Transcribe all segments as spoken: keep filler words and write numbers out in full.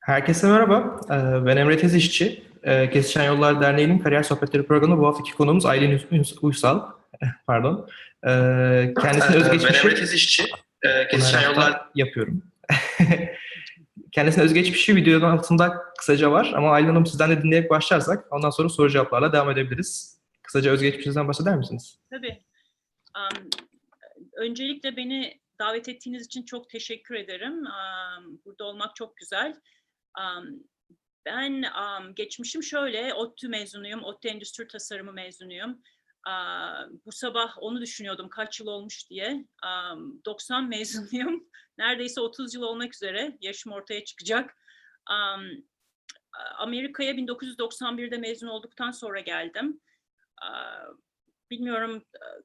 Herkese merhaba. Ee, Ben Emre Tezişçi. Ee, Kesişen Yollar Derneği'nin Kariyer Sohbetleri programı bu haftaki konuğumuz Aylin Üns- Uysal. Pardon. Ee, Kendisine Ee, Ben özgeçmişi Emre Tezişçi. Ee, bunu her Kesişen Yollar. hafta yapıyorum. Kendisine özgeçmişi videonun altında kısaca var ama Aylin Hanım sizden de dinleyip başlarsak ondan sonra soru cevaplarla devam edebiliriz. Kısaca özgeçmişinizden bahseder misiniz? Tabii. Um, öncelikle beni davet ettiğiniz için çok teşekkür ederim. Um, burada olmak çok güzel. Um, ben um, geçmişim şöyle, ODTÜ mezunuyum, ODTÜ Endüstri Tasarımı mezunuyum. Uh, bu sabah onu düşünüyordum kaç yıl olmuş diye. Um, doksan mezunuyum. Neredeyse otuz yıl olmak üzere. Yaşım ortaya çıkacak. Um, Amerika'ya bin dokuz yüz doksan birde mezun olduktan sonra geldim. Uh, bilmiyorum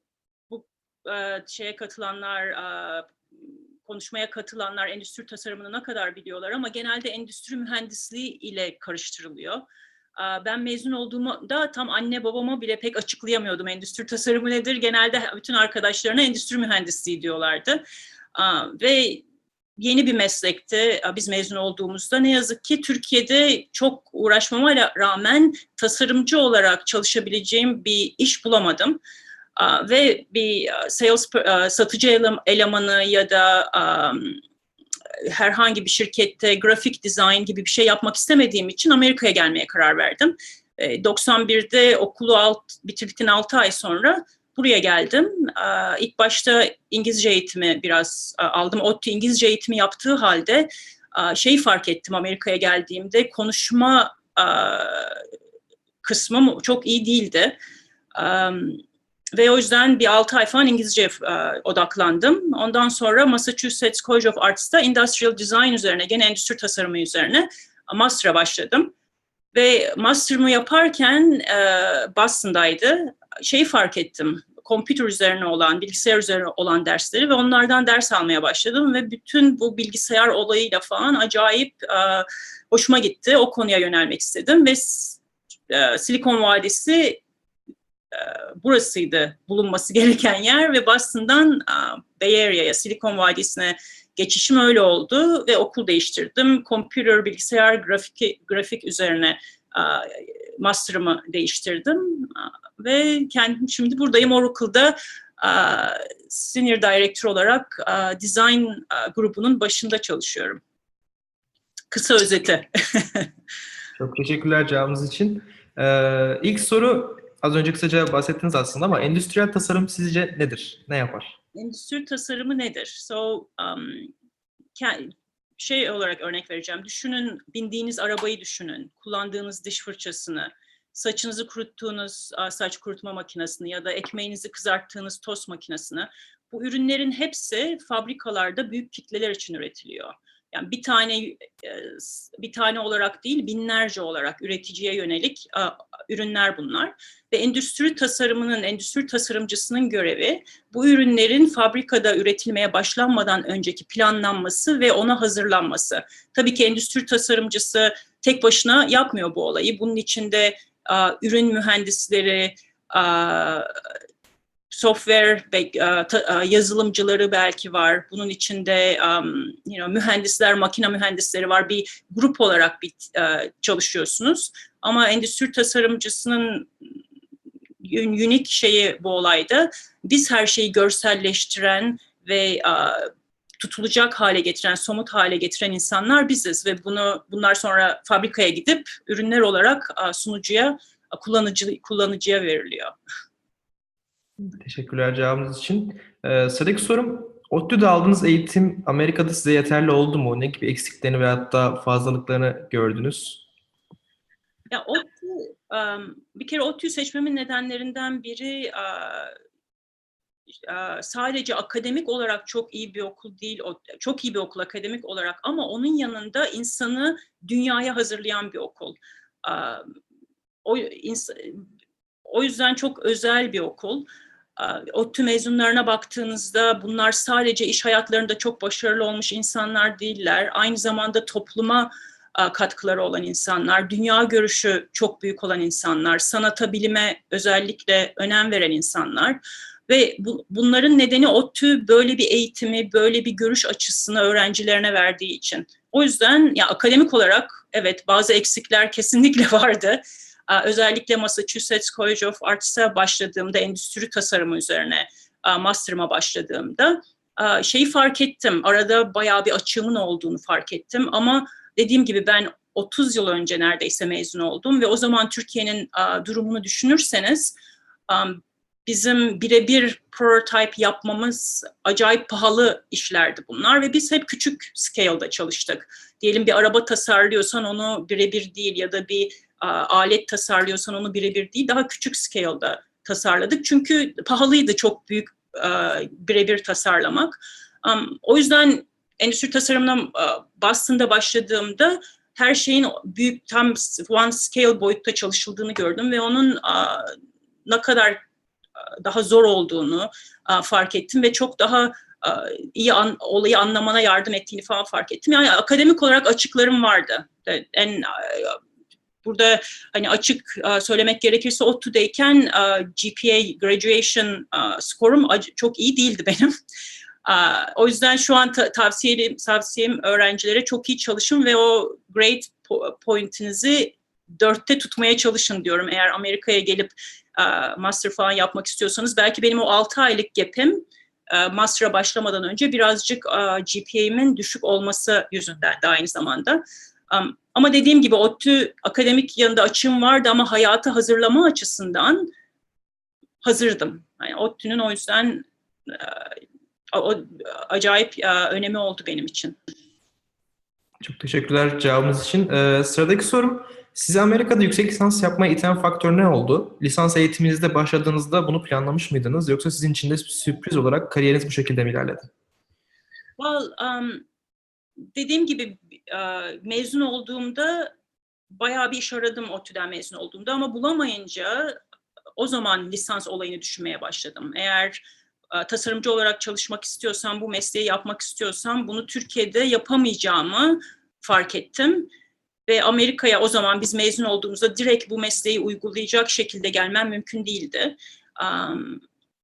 bu e, şeye katılanlar, e, konuşmaya katılanlar endüstri tasarımını ne kadar biliyorlar ama genelde endüstri mühendisliği ile karıştırılıyor. E, ben mezun olduğumda tam anne babama bile pek açıklayamıyordum endüstri tasarımı nedir. Genelde bütün arkadaşlarına endüstri mühendisliği diyorlardı. E, ve yeni bir meslekti biz mezun olduğumuzda. Ne yazık ki Türkiye'de çok uğraşmama rağmen tasarımcı olarak çalışabileceğim bir iş bulamadım. Uh, ve bir sales uh, satıcı elemanı ya da um, herhangi bir şirkette grafik dizayn gibi bir şey yapmak istemediğim için Amerika'ya gelmeye karar verdim. E, doksan birde okulu alt, bitirdikten altı ay sonra buraya geldim. Uh, ilk başta İngilizce eğitimi biraz uh, aldım. ODTÜ İngilizce eğitimi yaptığı halde uh, şeyi fark ettim Amerika'ya geldiğimde konuşma uh, kısmım çok iyi değildi. Um, Ve o yüzden bir altı ay falan İngilizceye e, odaklandım. Ondan sonra Massachusetts College of Arts'ta Industrial Design üzerine, gene endüstri tasarımı üzerine master'a başladım. Ve master'ımı yaparken e, Boston'daydı. Şeyi fark ettim, computer üzerine olan, bilgisayar üzerine olan dersleri ve onlardan ders almaya başladım. Ve bütün bu bilgisayar olayıyla falan acayip e, hoşuma gitti. O konuya yönelmek istedim ve e, Silikon Vadisi burasıydı bulunması gereken yer ve Boston'dan Bay Area'ya, Silikon Vadisi'ne geçişim öyle oldu ve okul değiştirdim. Computer, bilgisayar, grafik, grafik üzerine master'ımı değiştirdim ve kendim şimdi buradayım Oracle'da Senior Director olarak Design grubunun başında çalışıyorum. Kısa özeti. Çok teşekkürler cevabınız için. Ee, ilk soru az önce kısaca bahsettiniz aslında ama endüstriyel tasarım sizce nedir? Ne yapar? Endüstri tasarımı nedir? So, um, şey olarak örnek vereceğim. Düşünün, bindiğiniz arabayı düşünün, kullandığınız diş fırçasını, saçınızı kuruttuğunuz saç kurutma makinesini ya da ekmeğinizi kızarttığınız tost makinesini. Bu ürünlerin hepsi fabrikalarda büyük kitleler için üretiliyor. Yani bir tane bir tane olarak değil, binlerce olarak üreticiye yönelik ürünler bunlar. Ve endüstri tasarımının, endüstri tasarımcısının görevi bu ürünlerin fabrikada üretilmeye başlanmadan önceki planlanması ve ona hazırlanması. Tabii ki endüstri tasarımcısı tek başına yapmıyor bu olayı. Bunun içinde ürün mühendisleri, software yazılımcıları belki var. Bunun içinde um, you know, mühendisler, makine mühendisleri var. Bir grup olarak bir, uh, çalışıyorsunuz. Ama endüstri tasarımcısının unik şeyi bu olayda biz her şeyi görselleştiren ve uh, tutulacak hale getiren, somut hale getiren insanlar biziz ve bunu bunlar sonra fabrikaya gidip ürünler olarak uh, sunucuya, uh, kullanıcı kullanıcıya veriliyor. Teşekkürler cevabınız için. Ee, sıradaki sorum, ODTÜ'de aldığınız eğitim Amerika'da size yeterli oldu mu? Ne gibi eksiklerini ve hatta fazlalıklarını gördünüz? Ya ODTÜ, um, bir kere ODTÜ seçmemin nedenlerinden biri uh, uh, sadece akademik olarak çok iyi bir okul değil, çok iyi bir okul akademik olarak ama onun yanında insanı dünyaya hazırlayan bir okul. Uh, o, o yüzden çok özel bir okul. ODTÜ mezunlarına baktığınızda bunlar sadece iş hayatlarında çok başarılı olmuş insanlar değiller. Aynı zamanda topluma katkıları olan insanlar, dünya görüşü çok büyük olan insanlar, sanata, bilime özellikle önem veren insanlar. Ve bu, bunların nedeni ODTÜ böyle bir eğitimi, böyle bir görüş açısını öğrencilerine verdiği için. O yüzden ya akademik olarak evet bazı eksikler kesinlikle vardı. Özellikle Massachusetts College of Arts'a başladığımda, endüstri tasarımı üzerine master'ıma başladığımda şeyi fark ettim. Arada bayağı bir açığımın olduğunu fark ettim. Ama dediğim gibi ben otuz yıl önce neredeyse mezun oldum ve o zaman Türkiye'nin durumunu düşünürseniz bizim birebir prototype yapmamız acayip pahalı işlerdi bunlar ve biz hep küçük scale'da çalıştık. Diyelim bir araba tasarlıyorsan onu birebir değil ya da bir a, alet tasarlıyorsan onu birebir değil, daha küçük scale'da tasarladık. Çünkü pahalıydı çok büyük birebir tasarlamak. Um, o yüzden endüstri tasarımına uh, Boston'da başladığımda her şeyin büyük tam one scale boyutta çalışıldığını gördüm ve onun uh, ne kadar daha zor olduğunu uh, fark ettim ve çok daha uh, iyi an, olayı anlamana yardım ettiğini falan fark ettim. Yani akademik olarak açıklarım vardı. En uh, burada hani açık uh, söylemek gerekirse ODTÜ'deyken uh, G P A graduation uh, skorum çok iyi değildi benim. Uh, o yüzden şu an ta- tavsiyem, tavsiyem öğrencilere çok iyi çalışın ve o grade po- pointinizi dörtte tutmaya çalışın diyorum. Eğer Amerika'ya gelip uh, master falan yapmak istiyorsanız belki benim o altı aylık gap'im uh, master'a başlamadan önce birazcık uh, G P A'min düşük olması yüzünden de aynı zamanda. Um, ama dediğim gibi ODTÜ akademik yanında açığım vardı ama hayatı hazırlama açısından hazırdım. Yani ODTÜ'nün o yüzden uh, o, acayip uh, önemi oldu benim için. Çok teşekkürler cevabınız için. Ee, sıradaki sorum, sizi Amerika'da yüksek lisans yapmaya iten faktör ne oldu? Lisans eğitiminizde başladığınızda bunu planlamış mıydınız? Yoksa sizin için de sürpriz olarak kariyeriniz bu şekilde mi ilerledi? Well, um, dediğim gibi uh, mezun olduğumda bayağı bir iş aradım ODTÜ'den mezun olduğumda ama bulamayınca o zaman lisans olayını düşünmeye başladım. Eğer uh, tasarımcı olarak çalışmak istiyorsam, bu mesleği yapmak istiyorsam bunu Türkiye'de yapamayacağımı fark ettim. Ve Amerika'ya o zaman biz mezun olduğumuzda direkt bu mesleği uygulayacak şekilde gelmem mümkün değildi. Um,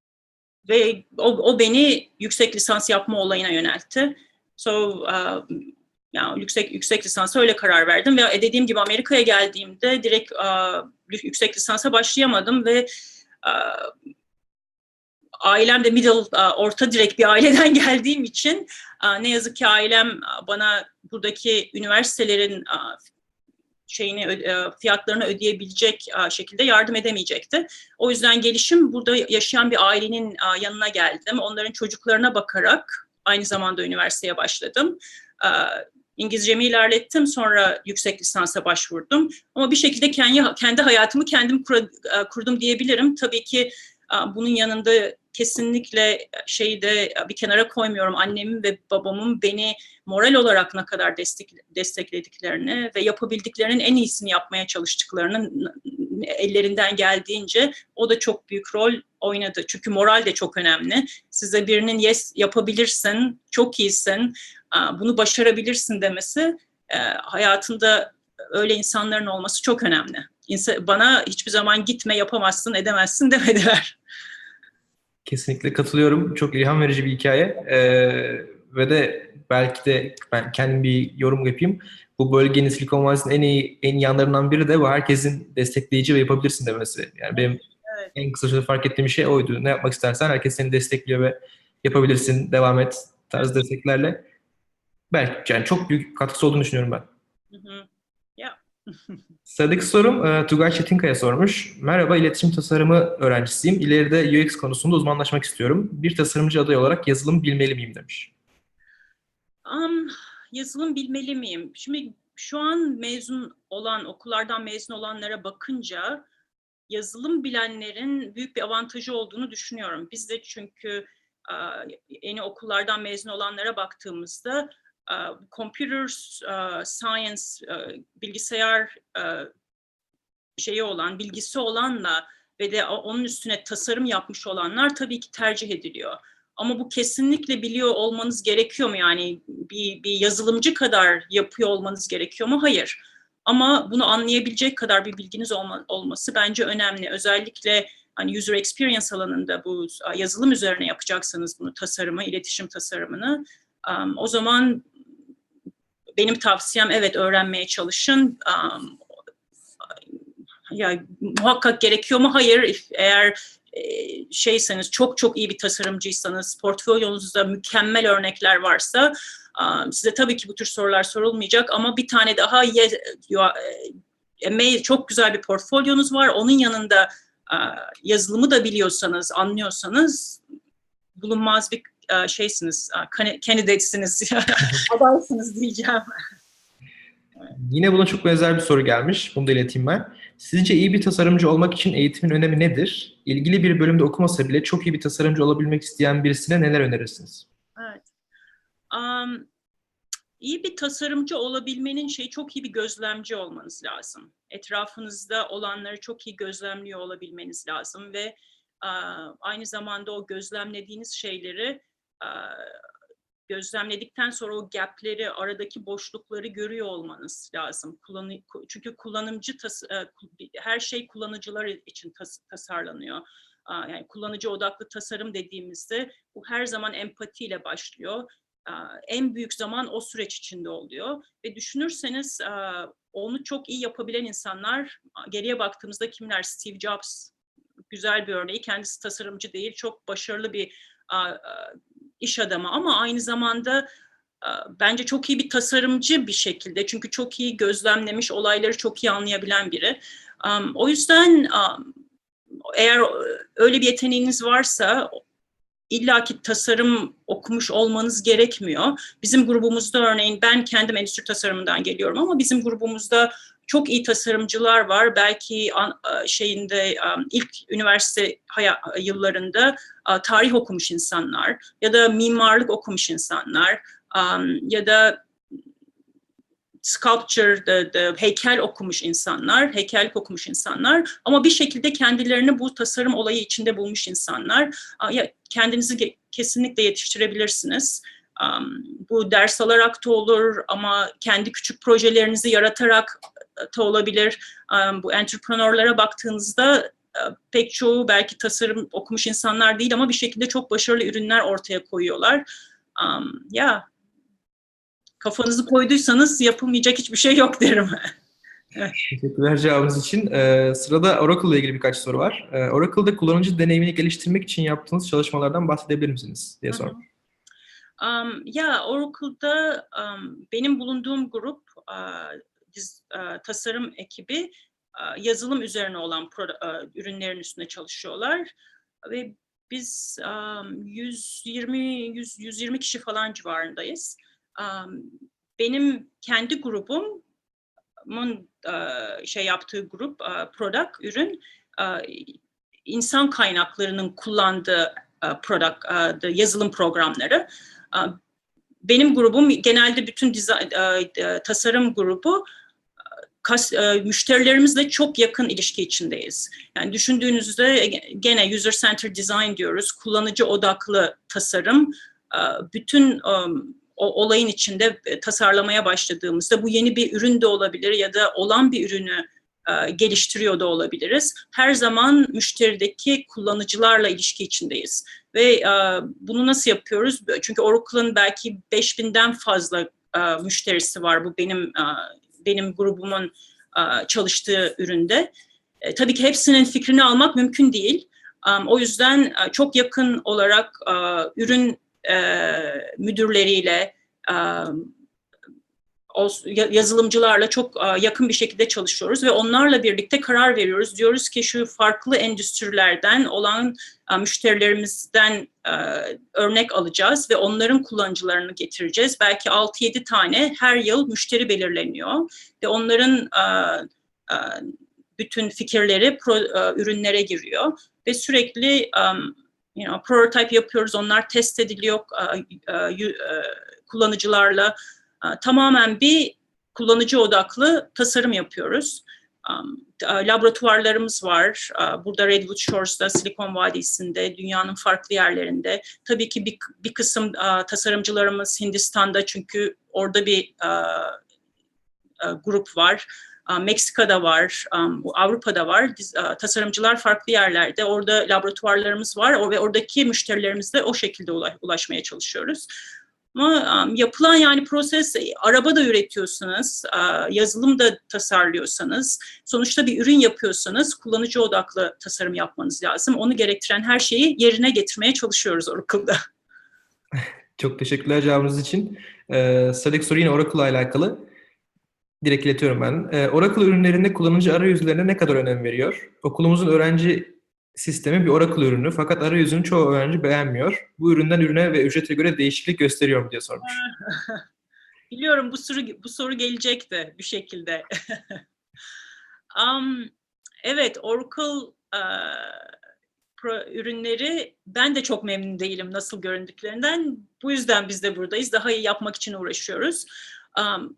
ve o, o beni yüksek lisans yapma olayına yöneltti. So, uh, yani yüksek yüksek lisansa öyle karar verdim ve dediğim gibi Amerika'ya geldiğimde direkt uh, yüksek lisansa başlayamadım ve uh, ailem de middle, uh, orta direkt bir aileden geldiğim için uh, ne yazık ki ailem uh, bana buradaki üniversitelerin uh, şeyini fiyatlarını ödeyebilecek şekilde yardım edemeyecekti. O yüzden gelişim burada yaşayan bir ailenin yanına geldim. Onların çocuklarına bakarak aynı zamanda üniversiteye başladım. İngilizcemi ilerlettim. Sonra yüksek lisansa başvurdum. Ama bir şekilde kendi, kendi hayatımı kendim kurdum diyebilirim. Tabii ki bunun yanında kesinlikle şeyi de bir kenara koymuyorum. Annemin ve babamın beni moral olarak ne kadar destek, desteklediklerini ve yapabildiklerinin en iyisini yapmaya çalıştıklarını ellerinden geldiğince o da çok büyük rol oynadı. Çünkü moral de çok önemli. Size birinin yes yapabilirsin, çok iyisin, bunu başarabilirsin demesi hayatında öyle insanların olması çok önemli. Bana hiçbir zaman gitme, yapamazsın, edemezsin demediler. Kesinlikle katılıyorum. Çok ilham verici bir hikaye. Ee, ve de belki de ben kendim bir yorum yapayım. Bu bölgenin Silikon Vadisi'nin en iyi, en iyi yanlarından biri de bu herkesin destekleyici ve yapabilirsin demesi. Yani benim evet. En kısa sürede fark ettiğim şey oydu. Ne yapmak istersen herkes seni destekliyor ve yapabilirsin, devam et tarzı desteklerle. Belki yani çok büyük katkısı olduğunu düşünüyorum ben. Hı hı. Yeah. Sıradaki sorum Tugay Çetinkaya sormuş. Merhaba, iletişim tasarımı öğrencisiyim. İleride U X konusunda uzmanlaşmak istiyorum. Bir tasarımcı adayı olarak yazılım bilmeli miyim demiş. Um, yazılım bilmeli miyim? Şimdi şu an mezun olan, okullardan mezun olanlara bakınca yazılım bilenlerin büyük bir avantajı olduğunu düşünüyorum. Biz de çünkü uh, yeni okullardan mezun olanlara baktığımızda uh, computer uh, science, uh, bilgisayar uh, şeyi olan, bilgisi olanla ve de onun üstüne tasarım yapmış olanlar tabii ki tercih ediliyor. Ama bu kesinlikle biliyor olmanız gerekiyor mu? Yani bir, bir yazılımcı kadar yapıyor olmanız gerekiyor mu? Hayır. Ama bunu anlayabilecek kadar bir bilginiz olma, olması bence önemli. Özellikle hani user experience alanında bu yazılım üzerine yapacaksanız bunu, tasarımı, iletişim tasarımını, um, o zaman benim tavsiyem evet öğrenmeye çalışın. Um, ya muhakkak gerekiyor mu? Hayır. Eğer e, şeyseniz, çok çok iyi bir tasarımcıysanız, portfolyonuzda mükemmel örnekler varsa um, size tabii ki bu tür sorular sorulmayacak ama bir tane daha ye, e, çok güzel bir portfolyonuz var. Onun yanında e, yazılımı da biliyorsanız, anlıyorsanız bulunmaz bir e, şeysiniz, e, candidatesiniz, adaysınız diyeceğim. Yine buna çok benzer bir soru gelmiş. Bunu da ileteyim ben. Sizce iyi bir tasarımcı olmak için eğitimin önemi nedir? İlgili bir bölümde okumasa bile çok iyi bir tasarımcı olabilmek isteyen birisine neler önerirsiniz? Evet. Um, iyi bir tasarımcı olabilmenin şeyi, çok iyi bir gözlemci olmanız lazım. Etrafınızda olanları çok iyi gözlemliyor olabilmeniz lazım ve uh, aynı zamanda o gözlemlediğiniz şeyleri uh, gözlemledikten sonra o gapleri, aradaki boşlukları görüyor olmanız lazım. Kullanı, çünkü kullanımcı tas, her şey kullanıcılar için tas, tasarlanıyor. Yani kullanıcı odaklı tasarım dediğimizde bu her zaman empatiyle başlıyor. En büyük zaman o süreç içinde oluyor. Ve düşünürseniz onu çok iyi yapabilen insanlar, geriye baktığımızda kimler? Steve Jobs güzel bir örneği. Kendisi tasarımcı değil, çok başarılı bir iş adamı ama aynı zamanda bence çok iyi bir tasarımcı bir şekilde. Çünkü çok iyi gözlemlemiş, olayları çok iyi anlayabilen biri. O yüzden eğer öyle bir yeteneğiniz varsa illaki tasarım okumuş olmanız gerekmiyor. Bizim grubumuzda örneğin, ben kendim endüstri tasarımından geliyorum ama bizim grubumuzda çok iyi tasarımcılar var. Belki şeyinde ilk üniversite yıllarında tarih okumuş insanlar ya da mimarlık okumuş insanlar ya da sculpture, de, de, heykel okumuş insanlar, heykellik okumuş insanlar ama bir şekilde kendilerini bu tasarım olayı içinde bulmuş insanlar. Kendinizi kesinlikle yetiştirebilirsiniz. Bu ders alarak da olur ama kendi küçük projelerinizi yaratarak da olabilir. Bu entrepreneurlara baktığınızda pek çoğu belki tasarım okumuş insanlar değil ama bir şekilde çok başarılı ürünler ortaya koyuyorlar. Ya yeah. Kafanızı koyduysanız yapılmayacak hiçbir şey yok derim. Evet. Teşekkürler cevabınız için. Ee, sırada Oracle ile ilgili birkaç soru var. Ee, Oracle'da kullanıcı deneyimini geliştirmek için yaptığınız çalışmalardan bahsedebilir misiniz diye sormuş. Um, ya Oracle'da um, benim bulunduğum grup, uh, diz, uh, tasarım ekibi uh, yazılım üzerine olan pro, uh, ürünlerin üstüne çalışıyorlar ve biz um, yüz yirmi kişi falan civarındayız. Um, benim kendi grubumun uh, şey yaptığı grup, uh, product, ürün, uh, insan kaynaklarının kullandığı uh, product, uh, yazılım programları. Uh, benim grubum genelde bütün design, uh, tasarım grubu Kas, e, müşterilerimizle çok yakın ilişki içindeyiz. Yani düşündüğünüzde gene user centered design diyoruz, kullanıcı odaklı tasarım. E, bütün um, o olayın içinde tasarlamaya başladığımızda bu yeni bir ürün de olabilir ya da olan bir ürünü e, geliştiriyor da olabiliriz. Her zaman müşterideki kullanıcılarla ilişki içindeyiz. Ve e, bunu nasıl yapıyoruz? Çünkü Oracle'ın belki beş binden fazla e, müşterisi var. Bu benim e, benim grubumun uh, çalıştığı üründe. E, tabii ki hepsinin fikrini almak mümkün değil. Um, o yüzden uh, çok yakın olarak uh, ürün uh, müdürleriyle, uh, o, yazılımcılarla çok uh, yakın bir şekilde çalışıyoruz ve onlarla birlikte karar veriyoruz. Diyoruz ki şu farklı endüstrilerden olan uh, müşterilerimizden uh, örnek alacağız ve onların kullanıcılarını getireceğiz. Belki altı yedi tane her yıl müşteri belirleniyor ve onların uh, uh, bütün fikirleri pro, uh, ürünlere giriyor ve sürekli um, you know, prototype yapıyoruz. Onlar test ediliyor uh, uh, uh, kullanıcılarla. Tamamen bir kullanıcı odaklı tasarım yapıyoruz. Um, laboratuvarlarımız var. Burada Redwood Shores'da, Silikon Vadisi'nde, dünyanın farklı yerlerinde. Tabii ki bir, bir kısım uh, tasarımcılarımız Hindistan'da çünkü orada bir uh, uh, grup var. um, Meksika'da var, um, Avrupa'da var. Biz, uh, tasarımcılar farklı yerlerde. Orada laboratuvarlarımız var o, ve oradaki müşterilerimizle o şekilde ula, ulaşmaya çalışıyoruz. Ama um, yapılan yani proses, araba da üretiyorsanız, uh, yazılım da tasarlıyorsanız, sonuçta bir ürün yapıyorsanız kullanıcı odaklı tasarım yapmanız lazım. Onu gerektiren her şeyi yerine getirmeye çalışıyoruz Oracle'da. Çok teşekkürler cevabınız için. Ee, sıradaki soru yine Oracle ile alakalı. Direkt iletiyorum ben. Ee, Oracle ürünlerinde kullanıcı arayüzlerine ne kadar önem veriyor? Okulumuzun öğrenci sistemi bir Oracle ürünü fakat arayüzünü çoğu öğrenci beğenmiyor. Bu üründen ürüne ve ücrete göre değişiklik gösteriyor mu diye sormuş. Biliyorum bu soru bu soru gelecekti bir şekilde. um, evet, Oracle uh, pro, ürünleri ben de çok memnun değilim nasıl göründüklerinden. Bu yüzden biz de buradayız. Daha iyi yapmak için uğraşıyoruz. Um,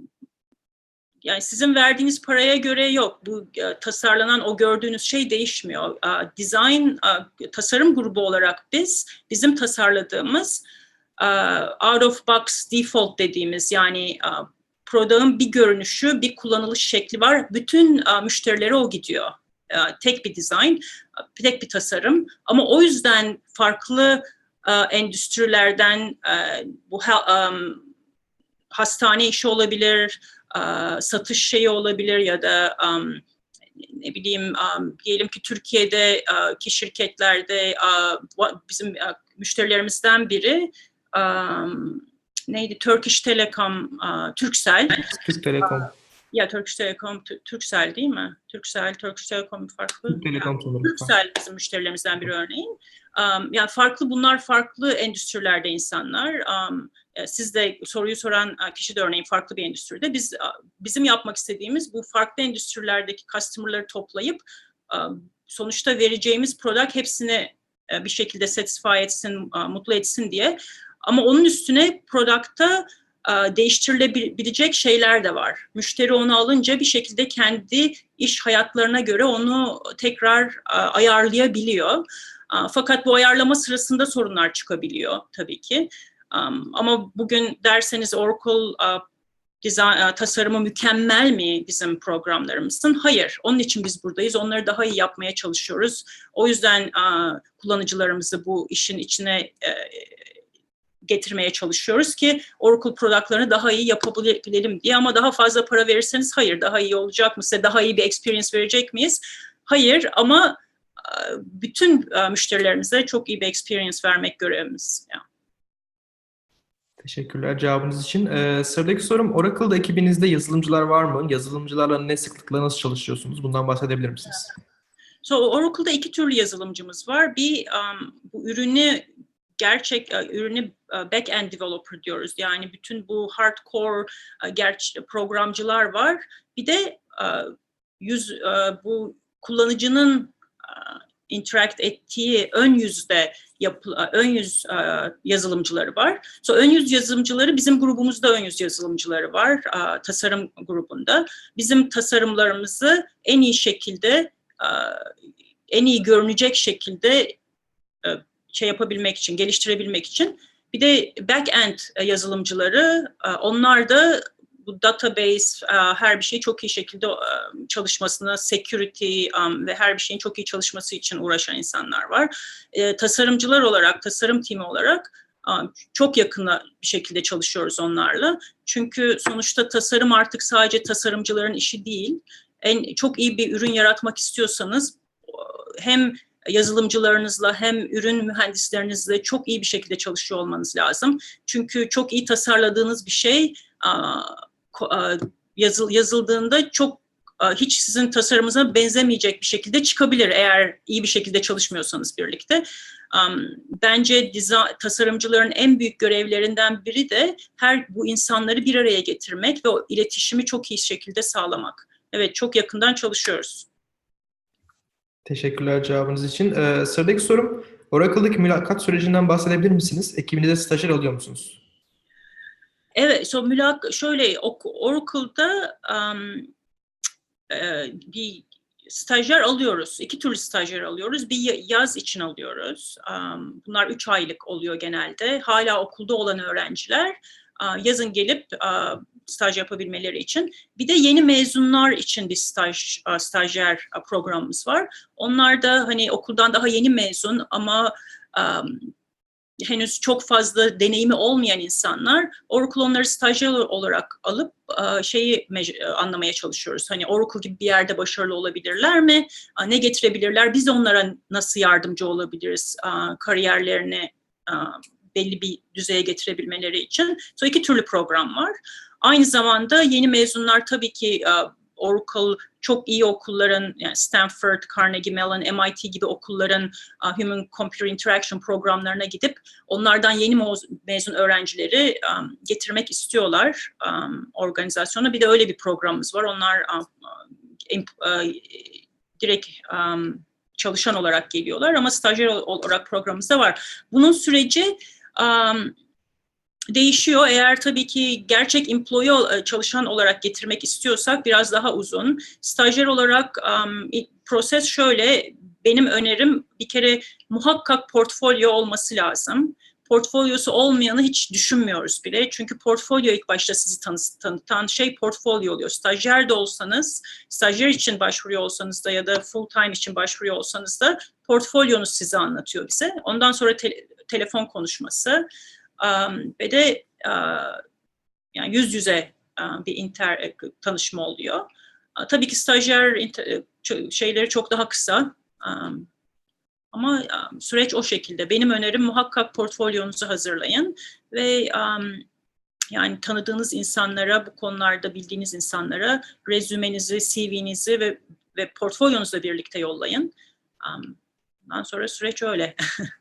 Yani sizin verdiğiniz paraya göre yok. Bu uh, tasarlanan o gördüğünüz şey değişmiyor. Uh, design, uh, tasarım grubu olarak biz, bizim tasarladığımız uh, out of box default dediğimiz yani uh, product'ın bir görünüşü, bir kullanılış şekli var. Bütün uh, müşterilere o gidiyor. Uh, tek bir design, uh, tek bir tasarım. Ama o yüzden farklı uh, endüstrilerden uh, bu um, hastane işi olabilir, Uh, satış şeyi olabilir ya da um, ne bileyim um, diyelim ki Türkiye'de uh, ki şirketlerde uh, bizim uh, müşterilerimizden biri um, neydi? Turkish Telecom, uh, Turkcell. Türk Telekom. Uh, ya Turkish Telecom, Turkcell değil mi? Turkcell, Turkish Telecom farklı. Türk Telekom Yani, Turkcell bizim müşterilerimizden biri örneğin. Um, yani farklı bunlar farklı endüstrilerde insanlar. Um, Siz de soruyu soran kişi de örneğin farklı bir endüstride. Biz bizim yapmak istediğimiz bu farklı endüstrilerdeki customer'ları toplayıp sonuçta vereceğimiz product hepsini bir şekilde satisfy etsin, mutlu etsin diye. Ama onun üstüne product'ta değiştirilebilecek şeyler de var. Müşteri onu alınca bir şekilde kendi iş hayatlarına göre onu tekrar ayarlayabiliyor. Fakat bu ayarlama sırasında sorunlar çıkabiliyor tabii ki. Um, ama bugün derseniz Oracle uh, design, uh, tasarımı mükemmel mi bizim programlarımızın? Hayır. Onun için biz buradayız. Onları daha iyi yapmaya çalışıyoruz. O yüzden uh, kullanıcılarımızı bu işin içine uh, getirmeye çalışıyoruz ki Oracle productlarını daha iyi yapabilelim diye. Ama daha fazla para verirseniz hayır. Daha iyi olacak mı? Size daha iyi bir experience verecek miyiz? Hayır ama uh, bütün uh, müşterilerimize çok iyi bir experience vermek görevimiz. Yani. Teşekkürler cevabınız için. Ee, sıradaki sorum, Oracle'da ekibinizde yazılımcılar var mı? Yazılımcılarla ne sıklıkla nasıl çalışıyorsunuz? Bundan bahsedebilir misiniz? So, Oracle'da iki türlü yazılımcımız var. Bir, um, bu ürünü gerçek, uh, ürünü uh, back-end developer diyoruz. Yani bütün bu hardcore uh, gerç- programcılar var. Bir de uh, yüz, uh, bu kullanıcının uh, interact ettiği ön yüzde yapı, ön yüz uh, yazılımcıları var. So, ön yüz yazılımcıları bizim grubumuzda ön yüz yazılımcıları var uh, tasarım grubunda. Bizim tasarımlarımızı en iyi şekilde uh, en iyi görünecek şekilde uh, şey yapabilmek için, geliştirebilmek için. Bir de back-end yazılımcıları, uh, onlar da bu database, uh, her bir şeyi çok iyi şekilde uh, çalışmasına, security um, ve her bir şeyin çok iyi çalışması için uğraşan insanlar var. E, tasarımcılar olarak, tasarım timi olarak um, çok yakına bir şekilde çalışıyoruz onlarla. Çünkü sonuçta tasarım artık sadece tasarımcıların işi değil. En çok iyi bir ürün yaratmak istiyorsanız hem yazılımcılarınızla hem ürün mühendislerinizle çok iyi bir şekilde çalışıyor olmanız lazım. Çünkü çok iyi tasarladığınız bir şey yazıl, yazıldığında çok hiç sizin tasarımınıza benzemeyecek bir şekilde çıkabilir eğer iyi bir şekilde çalışmıyorsanız birlikte. Bence tasarımcıların en büyük görevlerinden biri de her bu insanları bir araya getirmek ve o iletişimi çok iyi şekilde sağlamak. Evet, çok yakından çalışıyoruz. Teşekkürler cevabınız için. Ee, sıradaki sorum, Oracle'daki mülakat sürecinden bahsedebilir misiniz? Ekibinize stajyer alıyor musunuz? Evet, so mülak şöyle Oracle'da um, e, bir stajyer alıyoruz. İki türlü stajyer alıyoruz. Bir yaz için alıyoruz. Um, bunlar üç aylık oluyor genelde. Hala okulda olan öğrenciler. yazın gelip staj yapabilmeleri için. Bir de yeni mezunlar için bir staj, stajyer programımız var. Onlar da hani okuldan daha yeni mezun ama um, henüz çok fazla deneyimi olmayan insanlar, Oracle onları stajyer olarak alıp şeyi anlamaya çalışıyoruz. Hani Oracle gibi bir yerde başarılı olabilirler mi? Ne getirebilirler? Biz onlara nasıl yardımcı olabiliriz kariyerlerini belli bir düzeye getirebilmeleri için? So iki türlü program var. Aynı zamanda yeni mezunlar tabii ki Oracle çok iyi okulların, yani Stanford, Carnegie Mellon, M I T gibi okulların uh, Human Computer Interaction programlarına gidip onlardan yeni mezun öğrencileri um, getirmek istiyorlar um, organizasyona. Bir de öyle bir programımız var. Onlar um, uh, direkt um, çalışan olarak geliyorlar ama stajyer olarak programımız da var. Bunun süreci um, değişiyor. Eğer tabii ki gerçek employee çalışan olarak getirmek istiyorsak biraz daha uzun. Stajyer olarak um, proses şöyle, benim önerim bir kere muhakkak portfolyo olması lazım. Portfolyosu olmayanı hiç düşünmüyoruz bile. Çünkü portfolyo ilk başta sizi tanı tanıtan şey portfolyo oluyor. Stajyer de olsanız, stajyer için başvuruyor olsanız da ya da full time için başvuruyor olsanız da portfolyonuz sizi anlatıyor bize. Ondan sonra te telefon konuşması. Um, ve de uh, yani yüz yüze uh, bir inter tanışma oluyor. Uh, tabii ki stajyer inter, şeyleri çok daha kısa. Um, ama um, süreç o şekilde. Benim önerim muhakkak portfolyonuzu hazırlayın ve um, yani tanıdığınız insanlara, bu konularda bildiğiniz insanlara rezümenizi, C V'nizi ve, ve portfolyonuzla birlikte yollayın. Um, ondan sonra süreç öyle.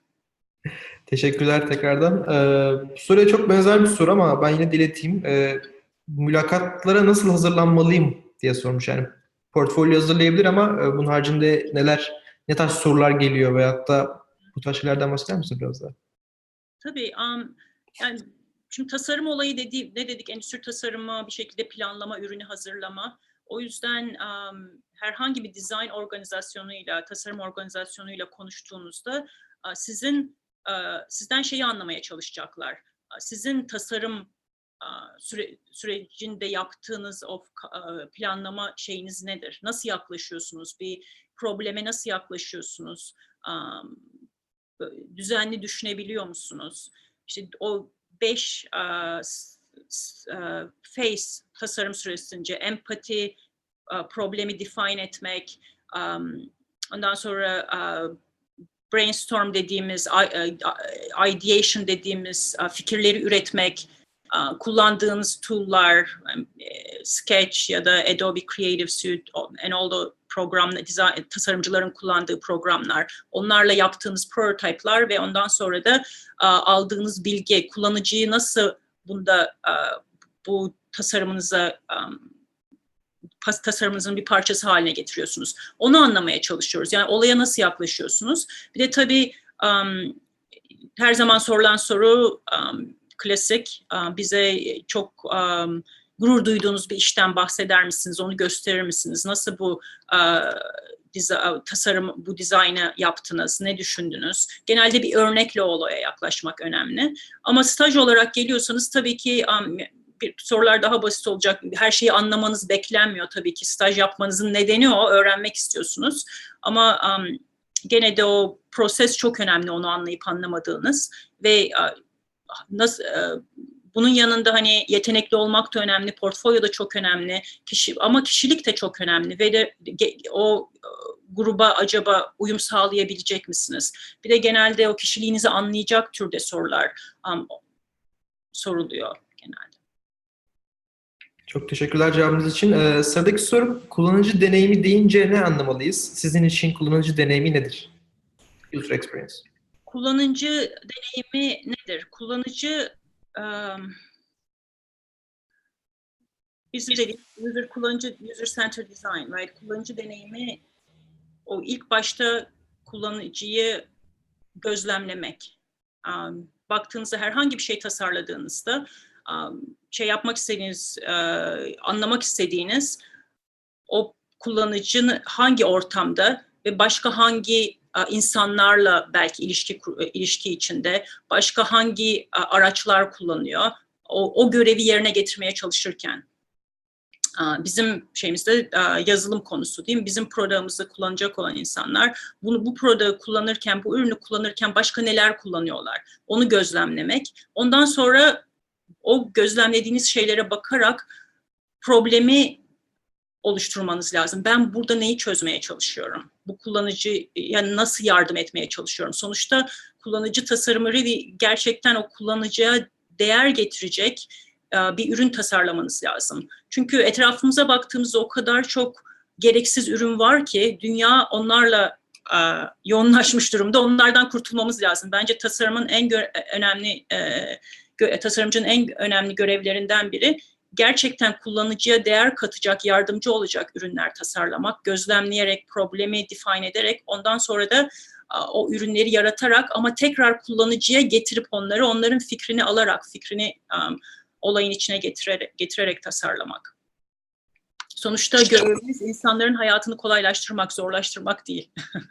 Teşekkürler tekrardan. Ee, bu soruya çok benzer bir soru ama ben yine dileteyim. Ee, mülakatlara nasıl hazırlanmalıyım diye sormuş. Yani portfolyo hazırlayabilir ama e, bunun haricinde neler, ne tarz sorular geliyor veyahut da bu tarz şeylerden bahseder misin biraz daha? Tabii. Um, yani şimdi tasarım olayı dedi, ne dedik? Endüstri tasarımı, bir şekilde planlama, ürünü hazırlama. O yüzden um, herhangi bir design organizasyonuyla, tasarım organizasyonuyla konuştuğunuzda uh, sizin uh, sizden şeyi anlamaya çalışacaklar. Uh, sizin tasarım uh, süre, sürecinde yaptığınız o uh, planlama şeyiniz nedir? Nasıl yaklaşıyorsunuz? Bir probleme nasıl yaklaşıyorsunuz? Um, düzenli düşünebiliyor musunuz? İşte o beş uh, uh, phase tasarım süresince empati, uh, problemi define etmek, um, ondan sonra uh, brainstorm dediğimiz, uh, ideation dediğimiz uh, fikirleri üretmek, uh, kullandığınız tool'lar, um, Sketch ya da Adobe Creative Suite and all the programlı tasarımcıların kullandığı programlar, onlarla yaptığınız prototype'lar ve ondan sonra da uh, aldığınız bilgi, kullanıcıyı nasıl bunda uh, bu tasarımınıza um, tasarımınızın bir parçası haline getiriyorsunuz. Onu anlamaya çalışıyoruz. Yani olaya nasıl yaklaşıyorsunuz? Bir de tabii um, her zaman sorulan soru um, klasik. Um, bize çok um, gurur duyduğunuz bir işten bahseder misiniz? Onu gösterir misiniz? Nasıl bu uh, tasarım, bu dizaynı yaptınız? Ne düşündünüz? Genelde bir örnekle olaya yaklaşmak önemli. Ama staj olarak geliyorsanız tabii ki um, bir, sorular daha basit olacak. Her şeyi anlamanız beklenmiyor tabii ki. Staj yapmanızın nedeni o. Öğrenmek istiyorsunuz. Ama um, gene de o proses çok önemli, onu anlayıp anlamadığınız. Ve uh, nasıl... Uh, bunun yanında hani yetenekli olmak da önemli, portfolyo da çok önemli, kişi, ama kişilik de çok önemli ve de o gruba acaba uyum sağlayabilecek misiniz? Bir de genelde o kişiliğinizi anlayacak türde sorular um, soruluyor genelde. Çok teşekkürler cevabınız için. Ee, sıradaki sorum, kullanıcı deneyimi deyince ne anlamalıyız? Sizin için kullanıcı deneyimi nedir? User experience. Kullanıcı deneyimi nedir? Kullanıcı um, biz dedik user kullanıcı user centered design, right? Kullanıcı deneyimi o ilk başta kullanıcıyı gözlemlemek. Um, baktığınızda herhangi bir şey tasarladığınızda um, şey yapmak istediğiniz, uh, anlamak istediğiniz o kullanıcının hangi ortamda ve başka hangi uh, insanlarla belki ilişki ilişki içinde, başka hangi uh, araçlar kullanıyor. o, o görevi yerine getirmeye çalışırken. Bizim şeyimizde yazılım konusu değil mi? Bizim product'ımızı kullanacak olan insanlar bunu bu product'ı kullanırken, bu ürünü kullanırken başka neler kullanıyorlar? Onu gözlemlemek. Ondan sonra o gözlemlediğiniz şeylere bakarak problemi oluşturmanız lazım. Ben burada neyi çözmeye çalışıyorum? Bu kullanıcı yani nasıl yardım etmeye çalışıyorum? Sonuçta kullanıcı tasarımı really gerçekten o kullanıcıya değer getirecek bir ürün tasarlamanız lazım. Çünkü etrafımıza baktığımızda o kadar çok gereksiz ürün var ki dünya onlarla e, yoğunlaşmış durumda. Onlardan kurtulmamız lazım. Bence tasarımın en önemli e, tasarımcının en önemli görevlerinden biri gerçekten kullanıcıya değer katacak, yardımcı olacak ürünler tasarlamak, gözlemleyerek, problemi define ederek, ondan sonra da o ürünleri yaratarak ama tekrar kullanıcıya getirip onları, onların fikrini alarak, fikrini um, olayın içine getirerek, getirerek tasarlamak. Sonuçta görevimiz insanların hayatını kolaylaştırmak, zorlaştırmak değil.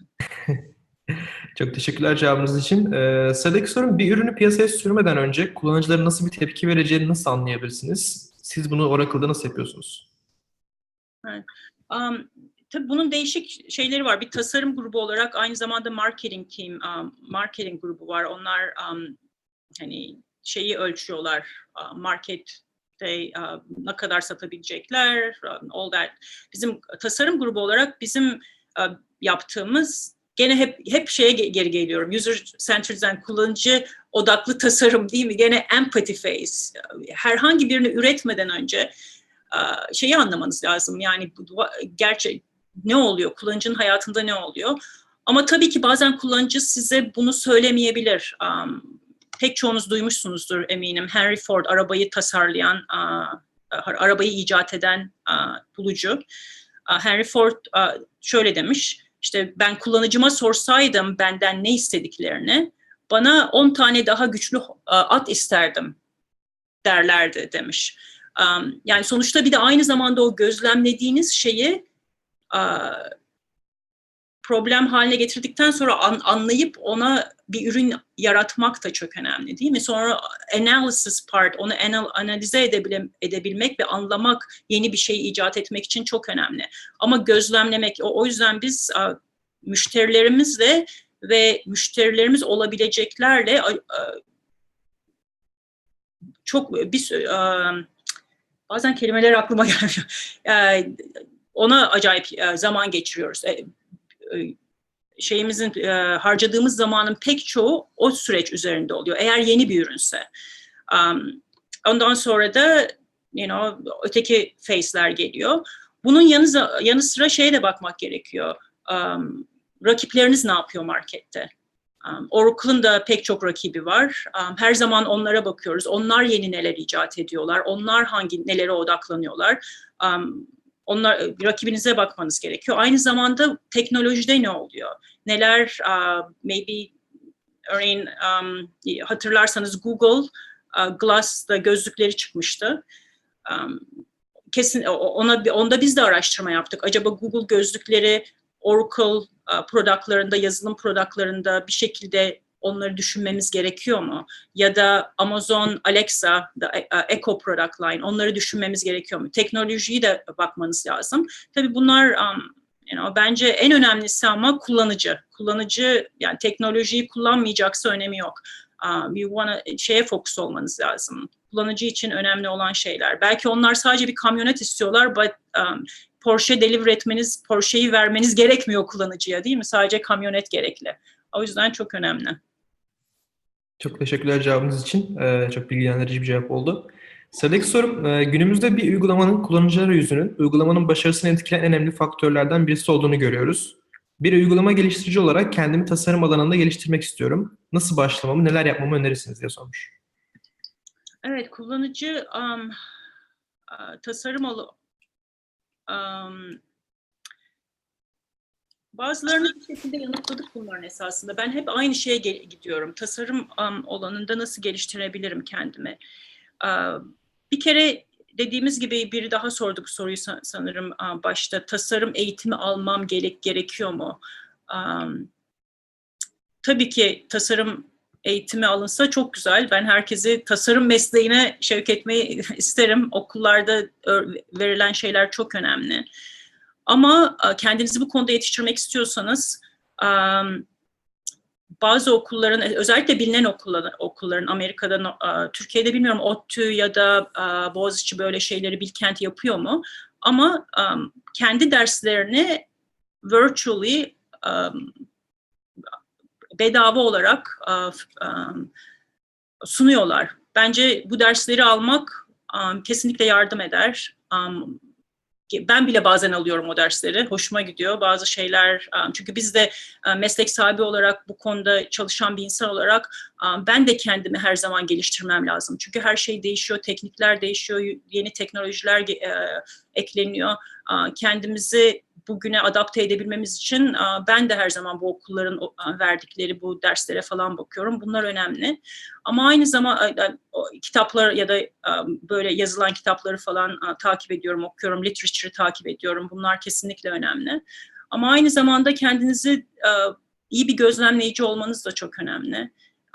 Çok teşekkürler cevabınız için. Ee, sıradaki sorum, bir ürünü piyasaya sürmeden önce kullanıcıların nasıl bir tepki vereceğini nasıl anlayabilirsiniz? Siz bunu Oracle'da nasıl yapıyorsunuz? Evet. Um, tabii bunun değişik şeyleri var. Bir tasarım grubu olarak aynı zamanda marketing team, um, marketing grubu var. Onlar um, hani şeyi ölçüyorlar, uh, markette uh, ne kadar satabilecekler, um, all that. Bizim tasarım grubu olarak bizim uh, yaptığımız gene hep hep şeye geri geliyorum. User centered design, kullanıcı odaklı tasarım değil mi? Gene empathy phase. Herhangi birini üretmeden önce şeyi anlamanız lazım. Yani gerçek ne oluyor? Kullanıcının hayatında ne oluyor? Ama tabii ki bazen kullanıcı size bunu söylemeyebilir. Um, pek çoğunuz duymuşsunuzdur eminim. Henry Ford, arabayı tasarlayan, uh, arabayı icat eden uh, bulucu. Uh, Henry Ford uh, şöyle demiş. İşte ben kullanıcıma sorsaydım benden ne istediklerini, bana on tane daha güçlü uh, at isterdim derlerdi demiş. Um, yani sonuçta bir de aynı zamanda o gözlemlediğiniz şeyi uh, problem haline getirdikten sonra an, anlayıp ona bir ürün yaratmak da çok önemli değil mi? Sonra analysis part, onu anal, analize edebile, edebilmek ve anlamak, yeni bir şey icat etmek için çok önemli. Ama gözlemlemek, o, o yüzden biz uh, müşterilerimizle ve müşterilerimiz olabileceklerle uh, çok bir uh, bazen kelimeler aklıma gelmiyor. Yani ona acayip zaman geçiriyoruz. Şeyimizin, harcadığımız zamanın pek çoğu o süreç üzerinde oluyor. Eğer yeni bir ürünse. Ondan sonra da you know, öteki phase'ler geliyor. Bunun yanı, yanı sıra şeye de bakmak gerekiyor. Rakipleriniz ne yapıyor markette? Um, Oracle'ın da pek çok rakibi var. Um, her zaman onlara bakıyoruz. Onlar yeni neler icat ediyorlar. Onlar hangi nelere odaklanıyorlar. Um, onlar rakibinize bakmanız gerekiyor. Aynı zamanda teknolojide ne oluyor? Neler uh, maybe örneğin um, hatırlarsanız Google uh, Glass'da gözlükleri çıkmıştı. Um, kesin ona onda biz de araştırma yaptık. Acaba Google gözlükleri Oracle productlarında, yazılım productlarında bir şekilde onları düşünmemiz gerekiyor mu? Ya da Amazon Alexa, Echo product line, onları düşünmemiz gerekiyor mu? Teknolojiyi de bakmanız lazım. Tabii bunlar um, you know, bence en önemlisi ama kullanıcı. Kullanıcı yani teknolojiyi kullanmayacaksa önemi yok. Um, you wanna, şeye fokus olmanız lazım. Kullanıcı için önemli olan şeyler. Belki onlar sadece bir kamyonet istiyorlar, but um, Porsche deliver etmeniz, Porsche'yi vermeniz gerekmiyor kullanıcıya değil mi? Sadece kamyonet gerekli. O yüzden çok önemli. Çok teşekkürler cevabınız için. Ee, çok bilgilendirici bir cevap oldu. Sıradaki sorum, e, günümüzde bir uygulamanın kullanıcılar yüzünün uygulamanın başarısını etkileyen en önemli faktörlerden birisi olduğunu görüyoruz. Bir uygulama geliştirici olarak kendimi tasarım alanında geliştirmek istiyorum. Nasıl başlamamı, neler yapmamı önerirsiniz diye sormuş. Evet, kullanıcı um, uh, tasarım alı Um, bazılarını bir şekilde yanıtladık bunların esasında. Ben hep aynı şeye gidiyorum. Tasarım um, alanında nasıl geliştirebilirim kendimi? Uh, bir kere dediğimiz gibi biri daha sordu bu soruyu sanırım uh, başta. Tasarım eğitimi almam gerek gerekiyor mu? Um, tabii ki tasarım eğitimi alınsa çok güzel. Ben herkesi tasarım mesleğine şevk etmeyi isterim. Okullarda verilen şeyler çok önemli. Ama kendinizi bu konuda yetiştirmek istiyorsanız bazı okulların, özellikle bilinen okulların, okulların Amerika'da, Türkiye'de bilmiyorum ODTÜ ya da Boğaziçi böyle şeyleri Bilkent yapıyor mu? Ama kendi derslerini virtually bedava olarak sunuyorlar. Bence bu dersleri almak kesinlikle yardım eder. Ben bile bazen alıyorum o dersleri. Hoşuma gidiyor bazı şeyler. Çünkü biz de meslek sahibi olarak bu konuda çalışan bir insan olarak ben de kendimi her zaman geliştirmem lazım. Çünkü her şey değişiyor, teknikler değişiyor, yeni teknolojiler ekleniyor. Kendimizi bugüne adapte edebilmemiz için ben de her zaman bu okulların verdikleri bu derslere falan bakıyorum. Bunlar önemli. Ama aynı zamanda kitaplar ya da böyle yazılan kitapları falan takip ediyorum, okuyorum, literature'ı takip ediyorum. Bunlar kesinlikle önemli. Ama aynı zamanda kendinizi iyi bir gözlemleyici olmanız da çok önemli.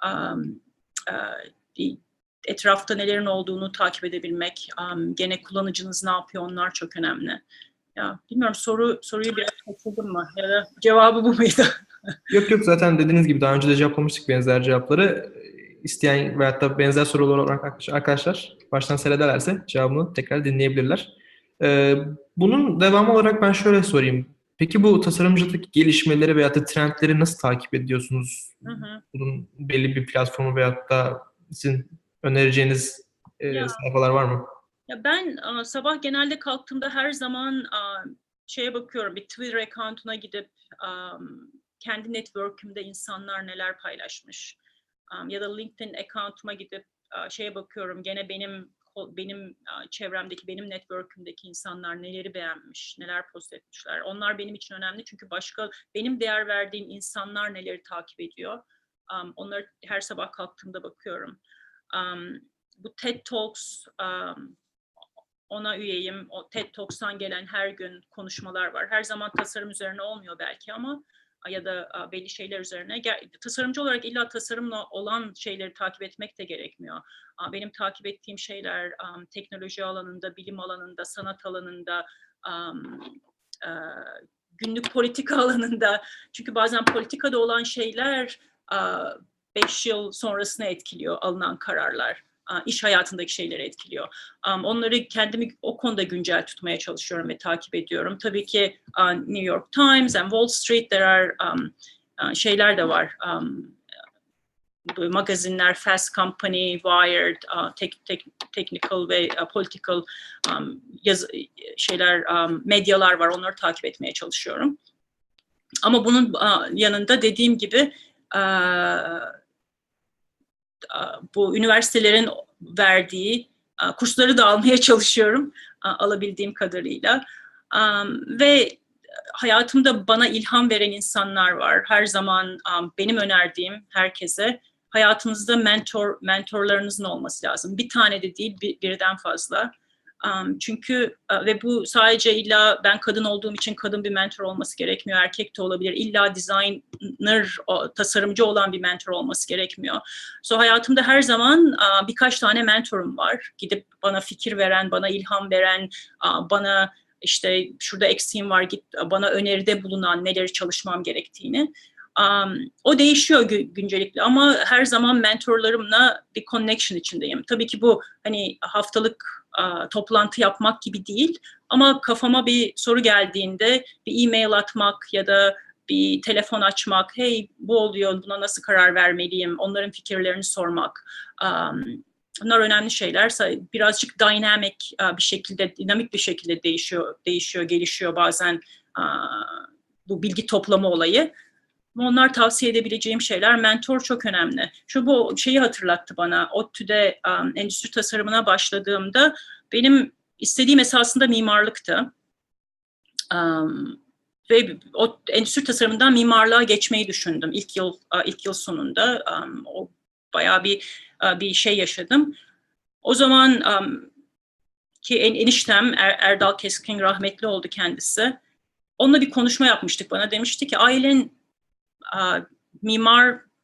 Etrafta nelerin olduğunu takip edebilmek, gene kullanıcınız ne yapıyor, onlar çok önemli. Ya bilmiyorum, soru soruyu biraz kaçırdım mı? Ya da cevabı bu muydu? Yok yok, zaten dediğiniz gibi daha önce de cevaplamıştık benzer cevapları. İsteyen veyahut da benzer sorular olarak arkadaşlar baştan seyrederlerse cevabını tekrar dinleyebilirler. Ee, bunun devamı olarak ben şöyle sorayım. Peki bu tasarımcılık gelişmeleri veyahut da trendleri nasıl takip ediyorsunuz? Hı hı. Bunun belli bir platformu veyahut da sizin önereceğiniz e, Ya. sayfalar var mı? Ya ben a, sabah genelde kalktığımda her zaman a, şeye bakıyorum, bir Twitter account'una gidip a, kendi network'ümde insanlar neler paylaşmış. A, ya da LinkedIn account'uma gidip a, şeye bakıyorum, gene benim benim a, çevremdeki, benim network'ümdeki insanlar neleri beğenmiş, neler post etmişler. Onlar benim için önemli çünkü başka, benim değer verdiğim insanlar neleri takip ediyor. Um, onları her sabah kalktığımda bakıyorum. Um, bu TED Talks, um, ona üyeyim. O TED Talks'tan gelen her gün konuşmalar var. Her zaman tasarım üzerine olmuyor belki ama ya da belli şeyler üzerine. Tasarımcı olarak illa tasarımla olan şeyleri takip etmek de gerekmiyor. Benim takip ettiğim şeyler teknoloji alanında, bilim alanında, sanat alanında, günlük politika alanında. Çünkü bazen politikada olan şeyler beş yıl sonrasına etkiliyor alınan kararlar. İş hayatındaki şeyleri etkiliyor. Onları kendimi o konuda güncel tutmaya çalışıyorum ve takip ediyorum. Tabii ki New York Times and Wall Street, there are um, şeyler de var. Um, magazinler, Fast Company, Wired, uh, tek, tek, technical ve uh, political um, yaz, şeyler, um, medyalar var. Onları takip etmeye çalışıyorum. Ama bunun uh, yanında dediğim gibi uh, bu üniversitelerin verdiği kursları da almaya çalışıyorum alabildiğim kadarıyla. Ve hayatımda bana ilham veren insanlar var. Her zaman benim önerdiğim herkese hayatınızda mentor mentorlarınızın olması lazım. Bir tane de değil, bir, birden fazla. Um, çünkü uh, ve bu sadece illa ben kadın olduğum için kadın bir mentor olması gerekmiyor. Erkek de olabilir. İlla designer, o, tasarımcı olan bir mentor olması gerekmiyor. So hayatımda her zaman uh, birkaç tane mentorum var. Gidip bana fikir veren, bana ilham veren, uh, bana işte şurada eksiğim var, git bana öneride bulunan, neleri çalışmam gerektiğini. Um, o değişiyor gü- güncelikle ama her zaman mentorlarımla bir connection içindeyim. Tabii ki bu hani haftalık uh, toplantı yapmak gibi değil ama kafama bir soru geldiğinde bir e-mail atmak ya da bir telefon açmak, hey bu oluyor, buna nasıl karar vermeliyim, onların fikirlerini sormak. Um, bunlar önemli şeyler. Birazcık dynamic uh, bir şekilde, dinamik bir şekilde değişiyor, değişiyor, gelişiyor bazen uh, bu bilgi toplama olayı. Onlar tavsiye edebileceğim şeyler. Mentor çok önemli. Şu bu şeyi hatırlattı bana. ODTÜ'de um, endüstri tasarımına başladığımda benim istediğim esasında mimarlıktı. Um, ve o endüstri tasarımından mimarlığa geçmeyi düşündüm ilk yıl ilk yıl sonunda. Um, o bayağı bir bir şey yaşadım. O zaman um, ki en, eniştem er, Erdal Keskin rahmetli oldu kendisi. Onunla bir konuşma yapmıştık, bana demişti ki ailen Uh, mimar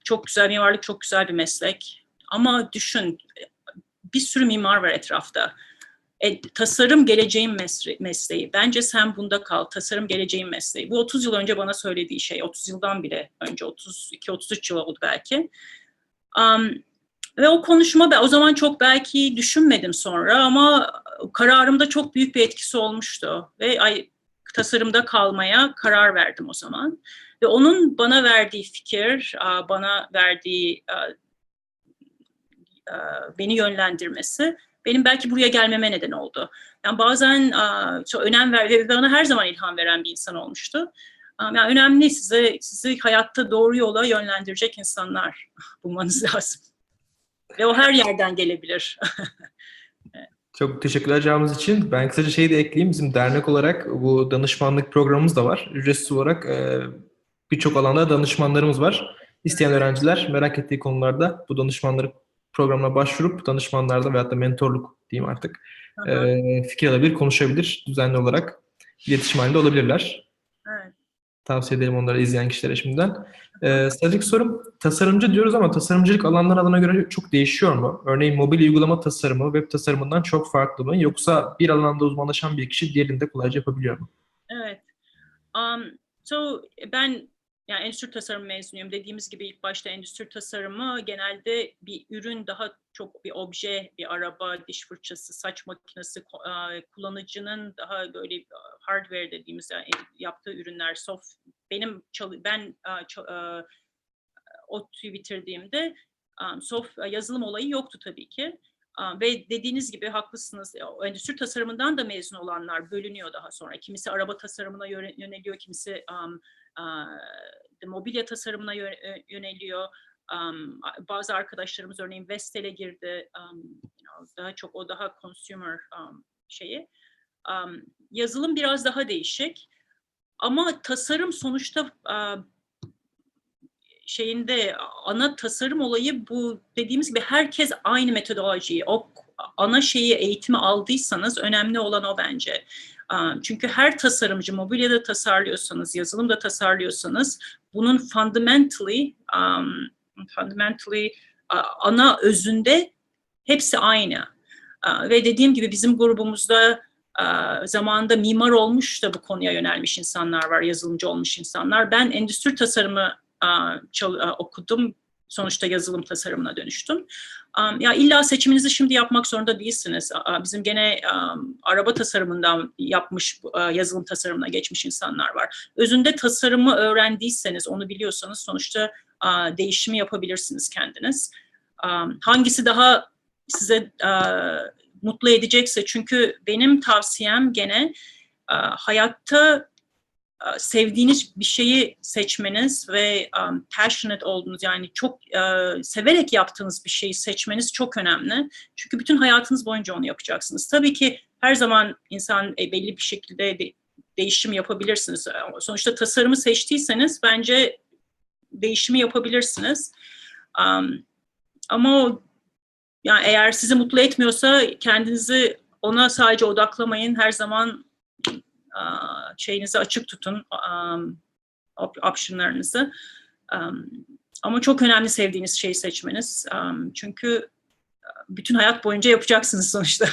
Çok güzel, mimarlık çok güzel bir meslek. Ama düşün, bir sürü mimar var etrafta. E, tasarım geleceğin mesleği. Bence sen bunda kal. Tasarım geleceğin mesleği. Bu otuz yıl önce bana söylediği şey. otuz yıldan bile önce. otuz iki otuz üç yıl oldu belki. Um, ve o konuşma o zaman çok belki düşünmedim sonra ama kararımda çok büyük bir etkisi olmuştu. Ve ay, tasarımda kalmaya karar verdim o zaman. Ve onun bana verdiği fikir, bana verdiği, beni yönlendirmesi benim belki buraya gelmeme neden oldu. Yani bazen çok önem ver ve bana her zaman ilham veren bir insan olmuştu. Yani önemli size sizi hayatta doğru yola yönlendirecek insanlar bulmanız lazım. Ve o her yerden gelebilir. Çok teşekkürler cevabınız için. Ben kısaca şeyi de ekleyeyim. Bizim dernek olarak bu danışmanlık programımız da var. Ücretsiz olarak e, birçok alanda danışmanlarımız var. İsteyen öğrenciler merak ettiği konularda bu danışmanlık programına başvurup danışmanlarda veyahut da mentorluk diyeyim artık e, fikir alabilir, konuşabilir. Düzenli olarak iletişim halinde olabilirler. Evet. Tavsiye ederim onları izleyen kişilere şimdiden. Ee, sıradaki sorum, tasarımcı diyoruz ama tasarımcılık alanlar alana göre çok değişiyor mu? Örneğin mobil uygulama tasarımı web tasarımından çok farklı mı? Yoksa bir alanda uzmanlaşan bir kişi diğerinde kolayca yapabiliyor mu? Evet. Um, so ben yani endüstri tasarım mezunuyum. Dediğimiz gibi ilk başta endüstri tasarımı genelde bir ürün, daha çok bir obje, bir araba, diş fırçası, saç makinesi, kullanıcının daha böyle hardware dediğimiz yani yaptığı ürünler, soft. Benim ben ODTÜ'yü bitirdiğimde soft yazılım olayı yoktu tabii ki. Ve dediğiniz gibi haklısınız. Endüstri tasarımından da mezun olanlar bölünüyor daha sonra. Kimisi araba tasarımına yöneliyor, kimisi um, uh, mobilya tasarımına yöneliyor. Um, bazı arkadaşlarımız örneğin Vestel'e girdi. Um, you know, daha çok o daha consumer um, şeyi. Um, yazılım biraz daha değişik. Ama tasarım sonuçta uh, şeyinde ana tasarım olayı bu dediğimiz gibi herkes aynı metodolojiyi, o ana şeyi eğitimi aldıysanız önemli olan o bence. Çünkü her tasarımcı mobilyada tasarlıyorsanız, yazılımda tasarlıyorsanız bunun fundamentally, um, fundamentally ana özünde hepsi aynı. Ve dediğim gibi bizim grubumuzda zamanında mimar olmuş da bu konuya yönelmiş insanlar var, yazılımcı olmuş insanlar. Ben endüstri tasarımı okudum. Sonuçta yazılım tasarımına dönüştüm. Ya illa seçiminizi şimdi yapmak zorunda değilsiniz. Bizim gene araba tasarımından yapmış, yazılım tasarımına geçmiş insanlar var. Özünde tasarımı öğrendiyseniz, onu biliyorsanız sonuçta değişimi yapabilirsiniz kendiniz. Hangisi daha size mutlu edecekse, çünkü benim tavsiyem gene hayatta sevdiğiniz bir şeyi seçmeniz ve um, passionate olduğunuz, yani çok uh, severek yaptığınız bir şeyi seçmeniz çok önemli. Çünkü bütün hayatınız boyunca onu yapacaksınız. Tabii ki her zaman insan e, belli bir şekilde de, değişim yapabilirsiniz. Sonuçta tasarımı seçtiyseniz bence değişimi yapabilirsiniz. Um, ama o, yani eğer sizi mutlu etmiyorsa kendinizi ona sadece odaklamayın. Her zaman şeyinizi açık tutun, um, optionlarınızı. Um, ama çok önemli sevdiğiniz şeyi seçmeniz. Um, çünkü bütün hayat boyunca yapacaksınız sonuçta.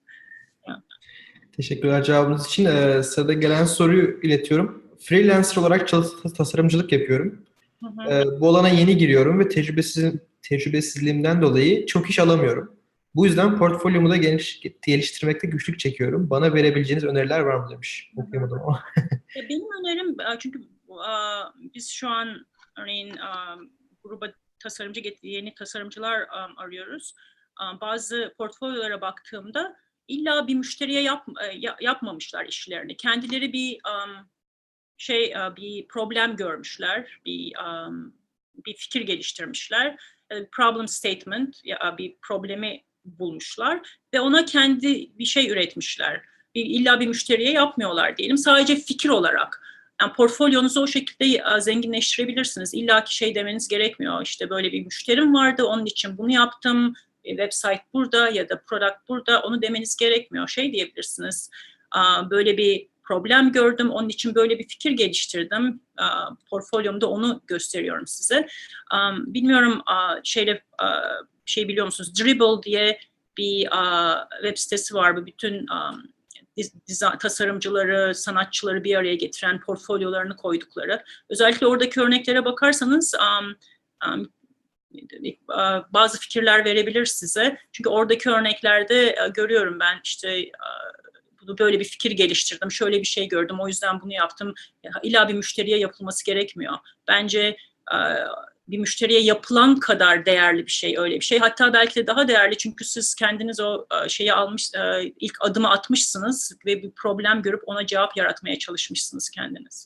Teşekkürler cevabınız için. Ee, sırada gelen soruyu iletiyorum. Freelancer olarak tasarımcılık yapıyorum. Hı hı. Ee, bu alana yeni giriyorum ve tecrübesiz, tecrübesizliğimden dolayı çok iş alamıyorum. Bu yüzden portfolyomu da geliş, geliştirmekte güçlük çekiyorum. Bana verebileceğiniz öneriler var mı demiş. Okuyamadım ama. Benim önerim, çünkü biz şu an örneğin gruba tasarımcı, yeni tasarımcılar arıyoruz. Bazı portfolyolara baktığımda illa bir müşteriye yap, yapmamışlar işlerini. Kendileri bir şey, bir problem görmüşler, bir bir fikir geliştirmişler. Problem statement, bir problemi bulmuşlar ve ona kendi bir şey üretmişler. Bir, illa bir müşteriye yapmıyorlar diyelim. Sadece fikir olarak. Yani portfolyonuzu o şekilde zenginleştirebilirsiniz. İlla ki şey demeniz gerekmiyor. İşte böyle bir müşterim vardı, onun için bunu yaptım. Website burada ya da product burada. Onu demeniz gerekmiyor. Şey diyebilirsiniz. Böyle bir problem gördüm. Onun için böyle bir fikir geliştirdim. Uh, portfolyomda onu gösteriyorum size. Um, bilmiyorum uh, şeyle uh, şey biliyor musunuz? Dribbble diye bir uh, web sitesi var. Bu bütün um, dizayn, tasarımcıları, sanatçıları bir araya getiren portfolyolarını koydukları. Özellikle oradaki örneklere bakarsanız um, um, bazı fikirler verebilir size. Çünkü oradaki örneklerde görüyorum ben işte bunu böyle bir fikir geliştirdim, şöyle bir şey gördüm, o yüzden bunu yaptım. İlla bir müşteriye yapılması gerekmiyor. Bence bir müşteriye yapılan kadar değerli bir şey öyle bir şey. Hatta belki de daha değerli çünkü siz kendiniz o şeyi almış, ilk adımı atmışsınız ve bir problem görüp ona cevap yaratmaya çalışmışsınız kendiniz.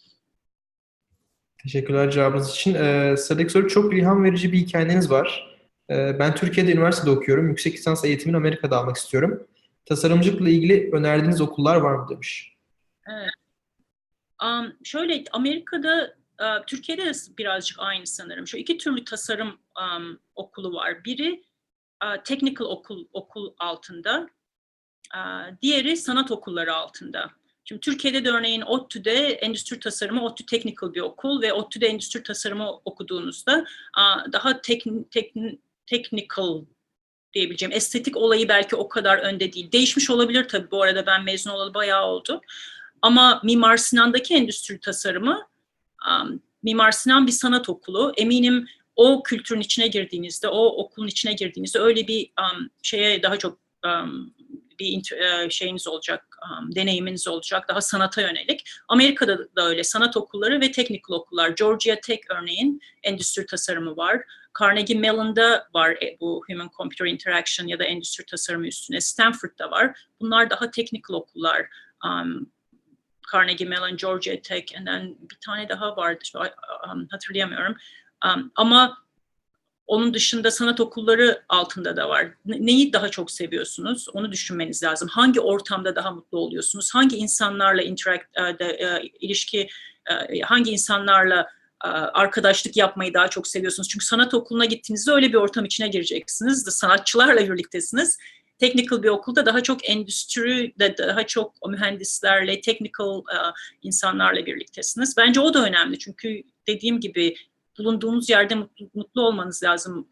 Teşekkürler cevabınız için. Ee, sıradaki soru, çok ilham verici bir hikayeniz var. Ee, ben Türkiye'de üniversitede okuyorum. Yüksek lisans eğitimini Amerika'da almak istiyorum. Tasarımcılıkla ilgili önerdiğiniz okullar var mı demiş. Evet. Um, şöyle Amerika'da, uh, Türkiye'de de birazcık aynı sanırım. Şu iki türlü tasarım um, okulu var. Biri uh, technical okul okul altında, uh, diğeri sanat okulları altında. Şimdi Türkiye'de de örneğin ODTÜ'de endüstri tasarımı, ODTÜ Technical bir okul ve ODTÜ'de endüstri tasarımı okuduğunuzda uh, daha tek, tek, technical diyebileceğim, estetik olayı belki o kadar önde değil. Değişmiş olabilir tabii, bu arada ben mezun olalı bayağı oldu. Ama Mimar Sinan'daki endüstri tasarımı, um, Mimar Sinan bir sanat okulu. Eminim o kültürün içine girdiğinizde, o okulun içine girdiğinizde öyle bir um, şeye daha çok um, bir uh, şeyiniz olacak, um, deneyiminiz olacak, daha sanata yönelik. Amerika'da da öyle sanat okulları ve teknik okullar. Georgia Tech örneğin endüstri tasarımı var. Carnegie Mellon'da var bu Human Computer Interaction ya da endüstri tasarımı üstüne. Stanford'da var. Bunlar daha teknik okullar. Um, Carnegie Mellon, Georgia Tech, and then bir tane daha vardı, um, hatırlayamıyorum. Um, ama onun dışında sanat okulları altında da var. Neyi daha çok seviyorsunuz? Onu düşünmeniz lazım. Hangi ortamda daha mutlu oluyorsunuz? Hangi insanlarla interact, uh, de, uh, ilişki, uh, hangi insanlarla uh, arkadaşlık yapmayı daha çok seviyorsunuz? Çünkü sanat okuluna gittiğinizde öyle bir ortam içine gireceksiniz. Sanatçılarla birliktesiniz. Technical bir okulda daha çok endüstri, daha çok mühendislerle, technical uh, insanlarla birliktesiniz. Bence o da önemli çünkü dediğim gibi bulunduğunuz yerde mutlu, mutlu olmanız lazım.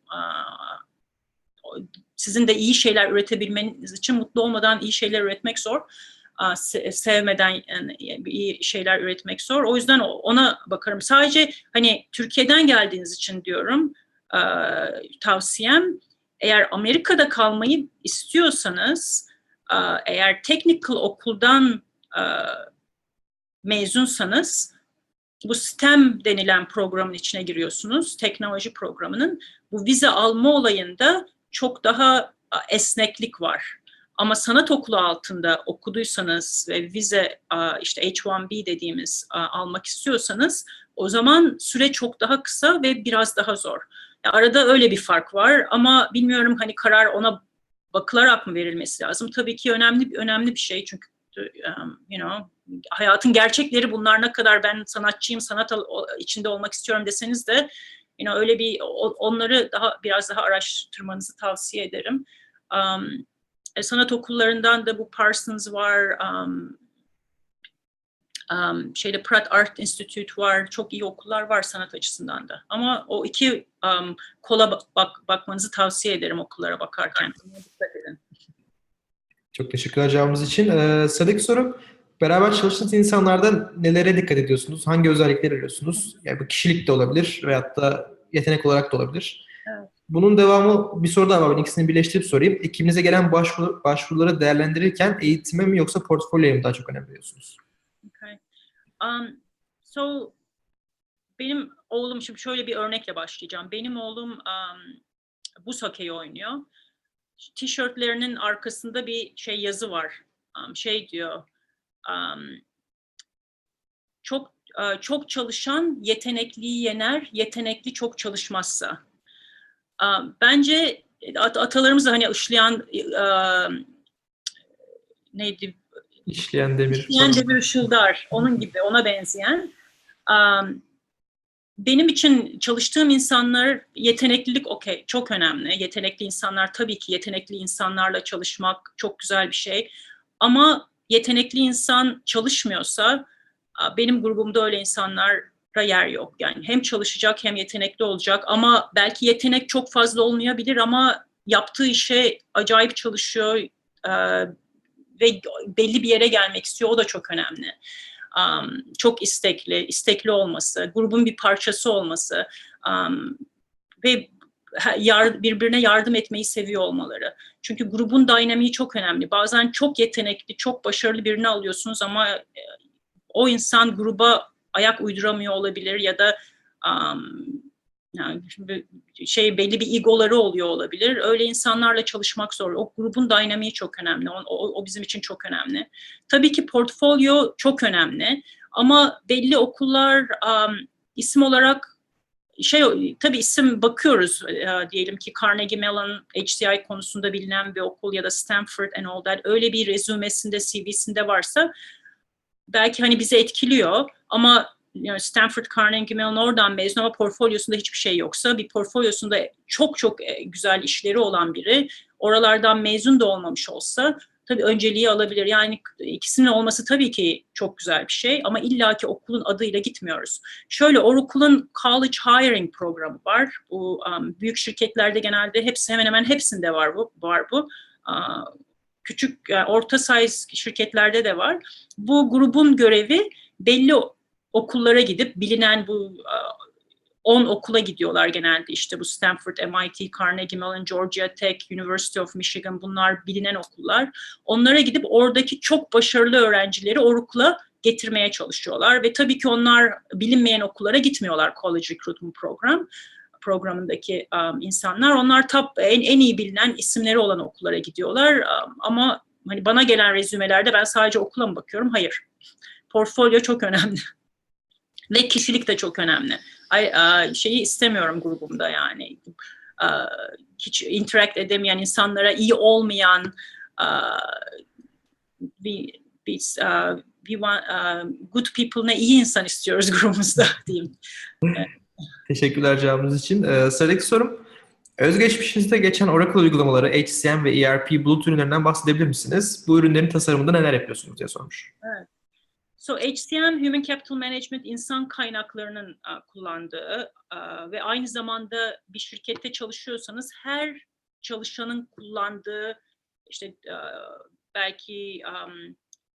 Uh, sizin de iyi şeyler üretebilmeniz için mutlu olmadan iyi şeyler üretmek zor. Uh, sevmeden yani, iyi şeyler üretmek zor. O yüzden ona bakarım. Sadece hani Türkiye'den geldiğiniz için diyorum, uh, tavsiyem, eğer Amerika'da kalmayı istiyorsanız, eğer technical okuldan mezunsanız, bu STEM denilen programın içine giriyorsunuz, teknoloji programının. Bu vize alma olayında çok daha esneklik var. Ama sanat okulu altında okuduysanız ve vize işte H bir B dediğimiz almak istiyorsanız, o zaman süre çok daha kısa ve biraz daha zor. Arada öyle bir fark var ama bilmiyorum hani karar ona bakılarak mı verilmesi lazım? Tabii ki önemli önemli bir şey çünkü um, you know, hayatın gerçekleri bunlar. Ne kadar ben sanatçıyım, sanat içinde olmak istiyorum deseniz de you know, öyle bir onları daha biraz daha araştırmanızı tavsiye ederim. Um, sanat okullarından da bu Parsons var, um, Um, şeyde Pratt Art Institute var, çok iyi okullar var sanat açısından da. Ama o iki um, kola bak, bakmanızı tavsiye ederim okullara bakarken. Dikkat edin. Çok teşekkürler cevabınız için. Ee, sıradaki soru, beraber çalıştığınız insanlardan nelere dikkat ediyorsunuz? Hangi özellikleri arıyorsunuz? Yani bu kişilik de olabilir veyahut da yetenek olarak da olabilir. Evet. Bunun devamı bir soru daha var. Ben ikisini birleştirip sorayım. Ekibinize gelen başvuru, başvuruları değerlendirirken eğitime mi yoksa portfolyoya mı daha çok önem veriyorsunuz? Okay. Um, so benim oğlum, şimdi şöyle bir örnekle başlayacağım. Benim oğlum um, buz hokeyi oynuyor. Tişörtlerinin arkasında bir şey yazı var. Um, şey diyor. Um, çok uh, çok çalışan yetenekliyi yener, yetenekli çok çalışmazsa. Um, bence at atalarımız da hani ışlayan uh, neydi? İşleyen demir. İşleyen demir ışıldar. Onun gibi, ona benzeyen. Um, benim için çalıştığım insanlar, yeteneklilik okey, çok önemli. Yetenekli insanlar, tabii ki yetenekli insanlarla çalışmak çok güzel bir şey. Ama yetenekli insan çalışmıyorsa benim grubumda öyle insanlara yer yok. Yani hem çalışacak hem yetenekli olacak ama belki yetenek çok fazla olmayabilir ama yaptığı işe acayip çalışıyor ve belli bir yere gelmek istiyor. O da çok önemli. Um, çok istekli, istekli olması, grubun bir parçası olması um, ve yar, birbirine yardım etmeyi seviyor olmaları. Çünkü grubun dinamiği çok önemli. Bazen çok yetenekli, çok başarılı birini alıyorsunuz ama e, o insan gruba ayak uyduramıyor olabilir ya da um, yani şey belli bir egoları oluyor olabilir. Öyle insanlarla çalışmak zor. O grubun dinamiği çok önemli. O, o, o bizim için çok önemli. Tabii ki portfolyo çok önemli. Ama belli okullar um, isim olarak şey tabii isim bakıyoruz. E, diyelim ki Carnegie Mellon H C I konusunda bilinen bir okul ya da Stanford and all that. Öyle bir rezümesinde, C V'sinde varsa belki hani bizi etkiliyor ama yani Stanford, Carnegie Mellon oradan mezun ama portfolyosunda hiçbir şey yoksa, bir portfolyosunda çok çok güzel işleri olan biri oralardan mezun da olmamış olsa tabii önceliği alabilir. Yani ikisinin olması tabii ki çok güzel bir şey ama illaki okulun adıyla gitmiyoruz. Şöyle Oracle'ın College Hiring programı var. Bu um, büyük şirketlerde genelde hepsi hemen hemen hepsinde var bu. Var bu. Uh, küçük yani orta size şirketlerde de var. Bu grubun görevi belli okullara gidip bilinen bu on okula gidiyorlar genelde. İşte bu Stanford, M I T, Carnegie Mellon, Georgia Tech, University of Michigan, bunlar bilinen okullar. Onlara gidip oradaki çok başarılı öğrencileri o okula getirmeye çalışıyorlar ve tabii ki onlar bilinmeyen okullara gitmiyorlar, College Recruitment Program programındaki um, insanlar. Onlar top en, en iyi bilinen isimleri olan okullara gidiyorlar. Um, ama hani bana gelen rezümelerde ben sadece okula mı bakıyorum? Hayır. Portfolyo çok önemli. Ve kişilik de çok önemli. Ay, a, şeyi istemiyorum grubumda yani. A, hiç interact edemeyen insanlara, iyi olmayan a, bir, biz uh, we want uh, good people, ne iyi insan istiyoruz grubumuzda diyeyim. Teşekkürler cevabınız için. Ee, sıradaki sorum, özgeçmişinizde geçen Oracle uygulamaları, H C M ve E R P bulut ürünlerinden bahsedebilir misiniz? Bu ürünlerin tasarımında neler yapıyorsunuz diye sormuş. Evet. So H C M, Human Capital Management, insan kaynaklarının uh, kullandığı uh, ve aynı zamanda bir şirkette çalışıyorsanız her çalışanın kullandığı işte uh, belki um,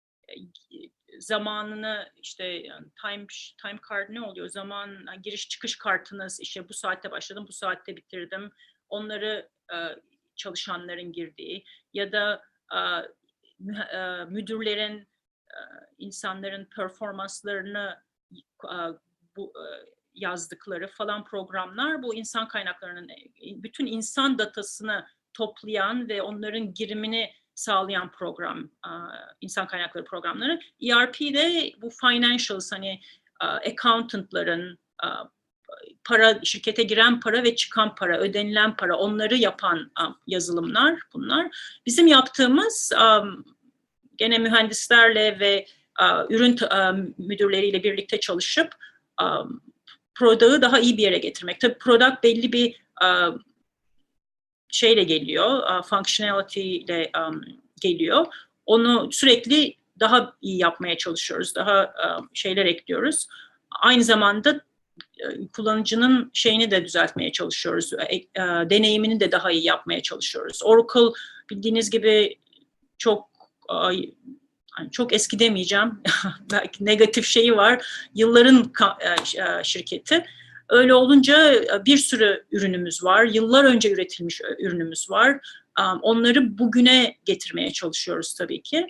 zamanını işte time time card ne oluyor? Zaman giriş çıkış kartınız, işte bu saatte başladım, bu saatte bitirdim. Onları uh, çalışanların girdiği ya da uh, uh, müdürlerin insanların performanslarını bu yazdıkları falan programlar, bu insan kaynaklarının bütün insan datasını toplayan ve onların girimini sağlayan program, insan kaynakları programları. E R P'de bu financials, hani accountantların para, şirkete giren para ve çıkan para, ödenilen para, onları yapan yazılımlar bunlar. Bizim yaptığımız gene mühendislerle ve uh, ürün uh, müdürleriyle birlikte çalışıp um, product'ı daha iyi bir yere getirmek. Tabii product belli bir uh, şeyle geliyor, uh, functionality ile um, geliyor. Onu sürekli daha iyi yapmaya çalışıyoruz, daha uh, şeyler ekliyoruz. Aynı zamanda uh, kullanıcının şeyini de düzeltmeye çalışıyoruz, uh, uh, deneyimini de daha iyi yapmaya çalışıyoruz. Oracle bildiğiniz gibi çok çok eski demeyeceğim, belki negatif şeyi var, yılların şirketi. Öyle olunca bir sürü ürünümüz var, yıllar önce üretilmiş ürünümüz var. Onları bugüne getirmeye çalışıyoruz tabii ki.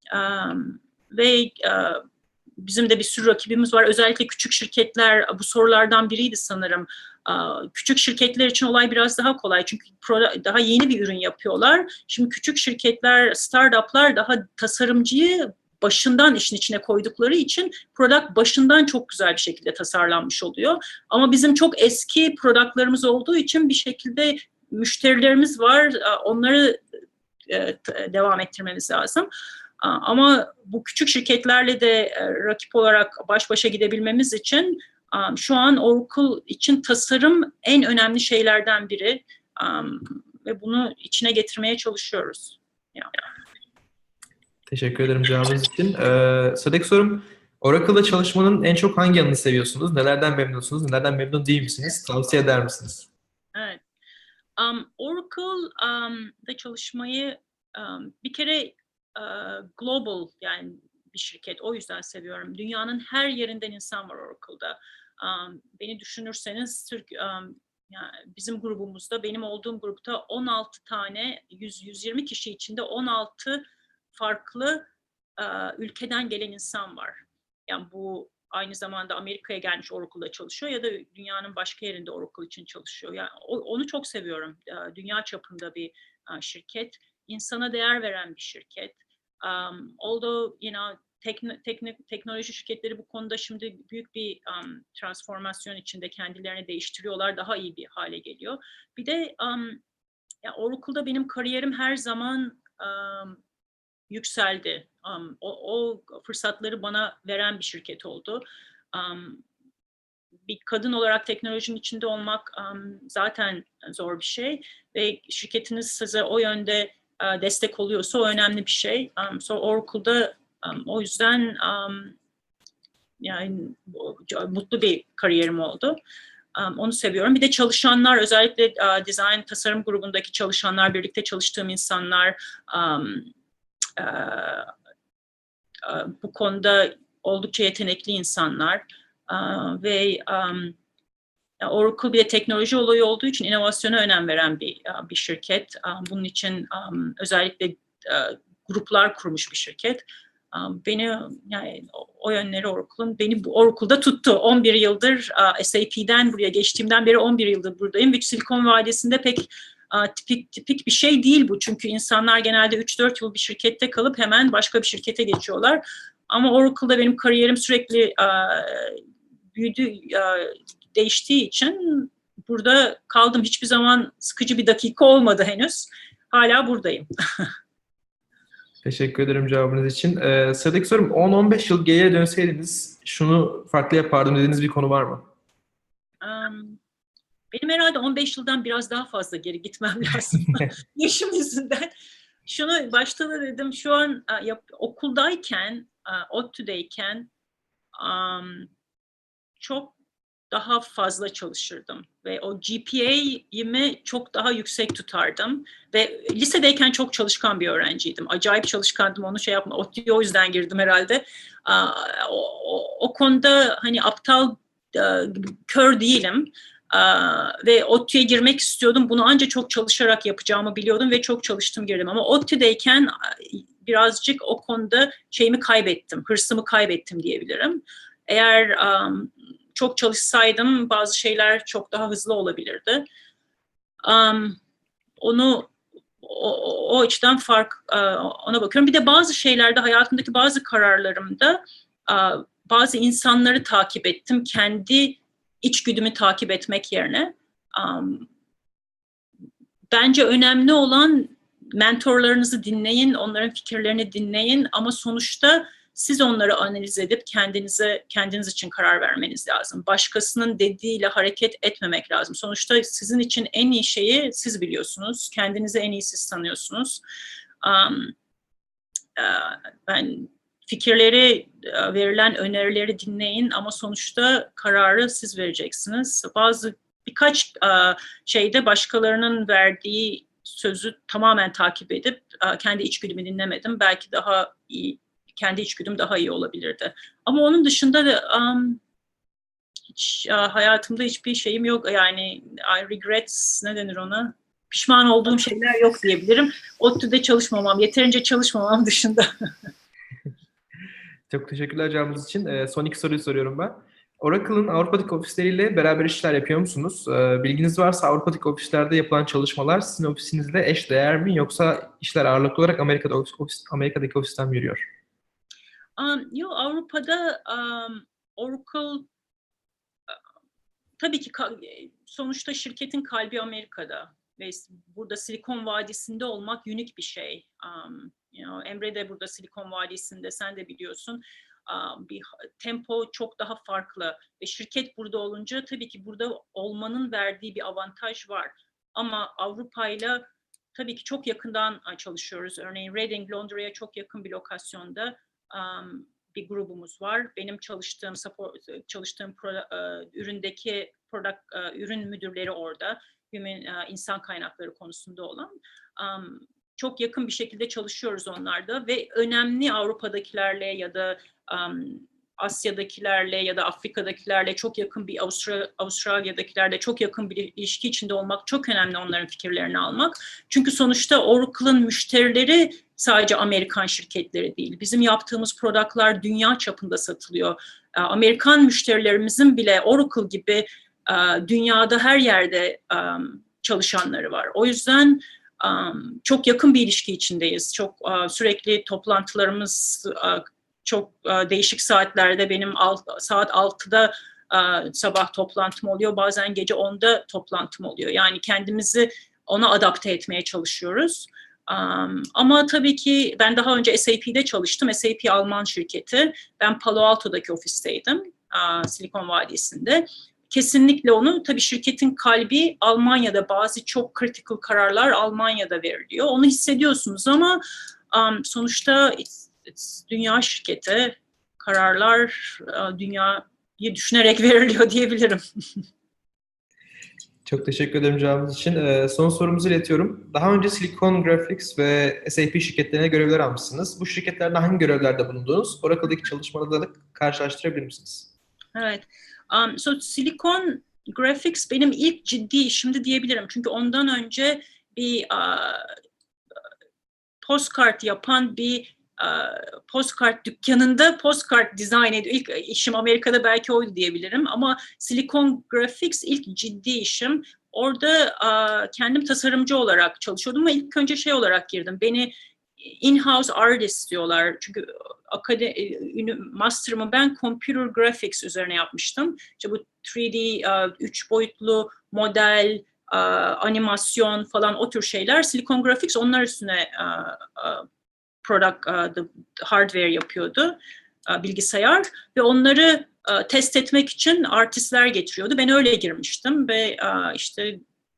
Ve bizim de bir sürü rakibimiz var. Özellikle küçük şirketler, bu sorulardan biriydi sanırım. Küçük şirketler için olay biraz daha kolay. Çünkü daha yeni bir ürün yapıyorlar. Şimdi küçük şirketler, startuplar daha tasarımcıyı başından işin içine koydukları için product başından çok güzel bir şekilde tasarlanmış oluyor. Ama bizim çok eski productlarımız olduğu için bir şekilde müşterilerimiz var. Onları devam ettirmemiz lazım. Ama bu küçük şirketlerle de rakip olarak baş başa gidebilmemiz için şu an Oracle için tasarım en önemli şeylerden biri ve bunu içine getirmeye çalışıyoruz. Teşekkür ederim cevabınız için. Ee, sıradaki sorum, Oracle'da çalışmanın en çok hangi yanını seviyorsunuz? Nelerden memnunsunuz? Nelerden memnun değil misiniz? Tavsiye eder misiniz? Evet. Um, Oracle'da çalışmayı um, bir kere uh, global yani bir şirket. O yüzden seviyorum. Dünyanın her yerinden insan var Oracle'da. Um, beni düşünürseniz Türk, um, yani bizim grubumuzda, benim olduğum grupta on altı tane, yüz yüz yirmi kişi içinde on altı farklı uh, ülkeden gelen insan var. Yani bu aynı zamanda Amerika'ya gelmiş Oracle'da çalışıyor ya da dünyanın başka yerinde Oracle için çalışıyor. Yani onu çok seviyorum. Dünya çapında bir şirket, insana değer veren bir şirket. Um, although, you know, tekno, tekno, teknoloji şirketleri bu konuda şimdi büyük bir um, transformasyon içinde kendilerini değiştiriyorlar, daha iyi bir hale geliyor. Bir de um, ya Oracle'da benim kariyerim her zaman um, yükseldi. Um, o, o fırsatları bana veren bir şirket oldu. Um, bir kadın olarak teknolojinin içinde olmak um, zaten zor bir şey ve şirketiniz size o yönde uh, destek oluyorsa o önemli bir şey. Um, so Oracle'da um, o yüzden um, yani mutlu bir kariyerim oldu. Um, onu seviyorum. Bir de çalışanlar, özellikle uh, design tasarım grubundaki çalışanlar, birlikte çalıştığım insanlar, um, uh, uh, bu konuda oldukça yetenekli insanlar uh, ve um, Oracle bir de teknoloji olayı olduğu için inovasyona önem veren bir bir şirket. Bunun için özellikle gruplar kurmuş bir şirket. Beni yani o yönleri Oracle'ın beni bu Oracle'da tuttu. on bir yıldır S A P'den buraya geçtiğimden beri on bir yıldır buradayım. Ve Silikon Vadisi'nde pek tipik tipik bir şey değil bu. Çünkü insanlar genelde üç dört yıl bir şirkette kalıp hemen başka bir şirkete geçiyorlar. Ama Oracle'da benim kariyerim sürekli büyüdü, değiştiği için burada kaldım. Hiçbir zaman sıkıcı bir dakika olmadı henüz. Hala buradayım. Teşekkür ederim cevabınız için. Ee, sıradaki sorum, on on beş yıl geriye dönseydiniz şunu farklı yapardım dediğiniz bir konu var mı? Um, benim herhalde on beş yıldan biraz daha fazla geri gitmem lazım. Yaşım yüzünden. Şunu başta da dedim, şu an yap, okuldayken, ODTÜ'deyken um, çok daha fazla çalışırdım ve o G P A'yimi çok daha yüksek tutardım ve lisedeyken çok çalışkan bir öğrenciydim. Acayip çalışkandım, onu şey yapma, ODTÜ'ye o yüzden girdim herhalde. O, o, o konuda hani aptal, kör değilim. Ve ODTÜ'ye girmek istiyordum. Bunu ancak çok çalışarak yapacağımı biliyordum ve çok çalıştım, girdim. Ama ODTÜ'deyken birazcık o konuda şeyimi kaybettim, hırsımı kaybettim diyebilirim. Eğer um, çok çalışsaydım bazı şeyler çok daha hızlı olabilirdi. Um, onu o, o açıdan fark ona bakıyorum. Bir de bazı şeylerde, hayatımdaki bazı kararlarımda bazı insanları takip ettim. Kendi içgüdümü takip etmek yerine. Um, bence önemli olan mentorlarınızı dinleyin, onların fikirlerini dinleyin ama sonuçta siz onları analiz edip kendinize kendiniz için karar vermeniz lazım. Başkasının dediğiyle hareket etmemek lazım. Sonuçta sizin için en iyi şeyi siz biliyorsunuz. Kendinizi en iyi siz tanıyorsunuz. Um, uh, ben fikirleri, verilen önerileri dinleyin ama sonuçta kararı siz vereceksiniz. Bazı birkaç uh, şeyde başkalarının verdiği sözü tamamen takip edip uh, kendi içgüdümü dinlemedim. Belki daha iyi, kendi içgüdüm daha iyi olabilirdi. Ama onun dışında da um, hiç uh, hayatımda hiçbir şeyim yok. Yani I regrets, ne denir ona? Pişman olduğum şeyler yok diyebilirim. ODTÜ'de çalışmamam, yeterince çalışmamam dışında. Çok teşekkürler cevabınız için. Ee, son iki soruyu soruyorum ben. Oracle'ın Avrupa'daki ofisleriyle beraber işler yapıyor musunuz? Ee, bilginiz varsa Avrupa'daki ofislerde yapılan çalışmalar sizin ofisinizle eş değer mi, yoksa işler ağırlıklı olarak Amerika'da ofis, Amerika'daki ofisten mi yürüyor? Um, yo, Avrupa'da um, Oracle tabii ki sonuçta şirketin kalbi Amerika'da ve burada Silikon Vadisi'nde olmak unik bir şey. Um, you know, Emre de burada Silikon Vadisi'nde, sen de biliyorsun. Um, bir tempo çok daha farklı ve şirket burada olunca tabii ki burada olmanın verdiği bir avantaj var. Ama Avrupa'yla tabii ki çok yakından uh, çalışıyoruz. Örneğin Reading, Londra'ya çok yakın bir lokasyonda um, bir grubumuz var. Benim çalıştığım support, çalıştığım pro, uh, üründeki product, uh, ürün müdürleri orada. Human, uh, insan kaynakları konusunda olan. Um, çok yakın bir şekilde çalışıyoruz onlarda ve önemli Avrupa'dakilerle ya da um, Asya'dakilerle ya da Afrika'dakilerle çok yakın bir Avustra Avustralya'dakilerle çok yakın bir ilişki içinde olmak çok önemli, onların fikirlerini almak. Çünkü sonuçta Oracle'ın müşterileri sadece Amerikan şirketleri değil. Bizim yaptığımız productlar dünya çapında satılıyor. Amerikan müşterilerimizin bile Oracle gibi dünyada her yerde çalışanları var. O yüzden çok yakın bir ilişki içindeyiz. Çok sürekli toplantılarımız çok değişik saatlerde, benim alt, saat altıda sabah toplantım oluyor. Bazen gece onda toplantım oluyor. Yani kendimizi ona adapte etmeye çalışıyoruz. Um, ama tabii ki ben daha önce S A P'de çalıştım. S A P Alman şirketi. Ben Palo Alto'daki ofisteydim. Uh, Silikon Vadisi'nde. Kesinlikle onu, tabii şirketin kalbi Almanya'da, bazı çok critical kararlar Almanya'da veriliyor. Onu hissediyorsunuz ama um, sonuçta it's, it's dünya şirketi. Kararlar uh, dünyayı düşünerek veriliyor diyebilirim. Çok teşekkür ederim cevabınız için. Ee, son sorumuzu iletiyorum. Daha önce Silicon Graphics ve S A P şirketlerine görevler almışsınız. Bu şirketlerde hangi görevlerde bulundunuz? Oracle'daki çalışmalarla karşılaştırabilir misiniz? Evet. Um, so Silicon Graphics benim ilk ciddi işimdi diyebilirim. Çünkü ondan önce bir uh, postkart yapan bir uh, postkart dükkanında postkart dizayn ediyor. İlk işim Amerika'da belki oydu diyebilirim. Ama Silicon Graphics ilk ciddi işim. Orada uh, kendim tasarımcı olarak çalışıyordum ama ilk önce şey olarak girdim. Beni in-house artist diyorlar. Çünkü akademi, master'ımı ben computer graphics üzerine yapmıştım. İşte bu üç D, uh, üç boyutlu model, uh, animasyon falan, o tür şeyler. Silicon Graphics onlar üstüne uh, uh, product, uh, the hardware yapıyordu, uh, bilgisayar, ve onları uh, test etmek için artistler getiriyordu. Ben öyle girmiştim ve uh, işte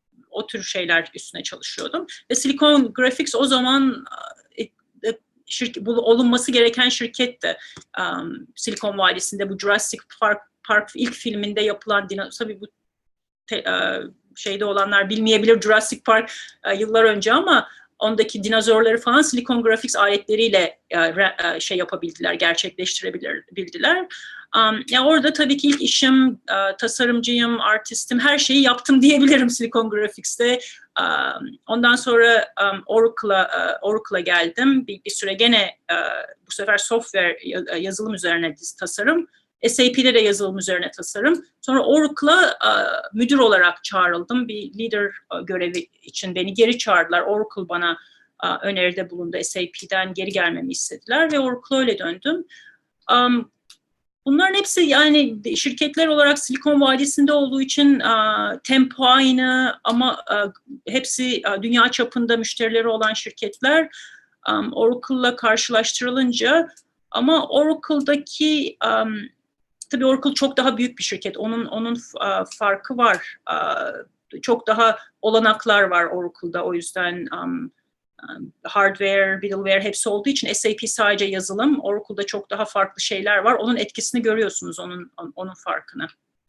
o tür şeyler üstüne çalışıyordum. Ve Silicon Graphics o zaman şirket, bu olunması gereken şirketti. Um, Silikon Vadisi'nde bu Jurassic Park, Park ilk filminde yapılan, tabii bu te, uh, şeyde olanlar bilmeyebilir, Jurassic Park uh, yıllar önce, ama ondaki dinozorları falan Silicon Graphics aletleriyle uh, şey yapabildiler, gerçekleştirebildiler. Um, ya orada tabii ki ilk işim, uh, tasarımcıyım, artistim, her şeyi yaptım diyebilirim Silicon Graphics'te. Um, ondan sonra um, Oracle'a uh, Oracle'a geldim. Bir, bir süre gene uh, bu sefer software, yazılım üzerine tasarım. S A P'de de yazılım üzerine tasarım. Sonra Oracle'a uh, müdür olarak çağrıldım. Bir leader uh, görevi için beni geri çağırdılar. Oracle bana uh, öneride bulundu. S A P'den geri gelmemi istediler ve Oracle'a öyle döndüm. Um, Bunların hepsi yani şirketler olarak Silikon Vadisi'nde olduğu için uh, tempo aynı ama uh, hepsi uh, dünya çapında müşterileri olan şirketler. Um, Oracle'la karşılaştırılınca, ama Oracle'daki um, tabii Oracle çok daha büyük bir şirket. Onun onun uh, farkı var. Uh, çok daha olanaklar var Oracle'da. O yüzden um, hardware, middleware hepsi olduğu için S A P sadece yazılım. Oracle'da çok daha farklı şeyler var. Onun etkisini görüyorsunuz, onun onun farkını.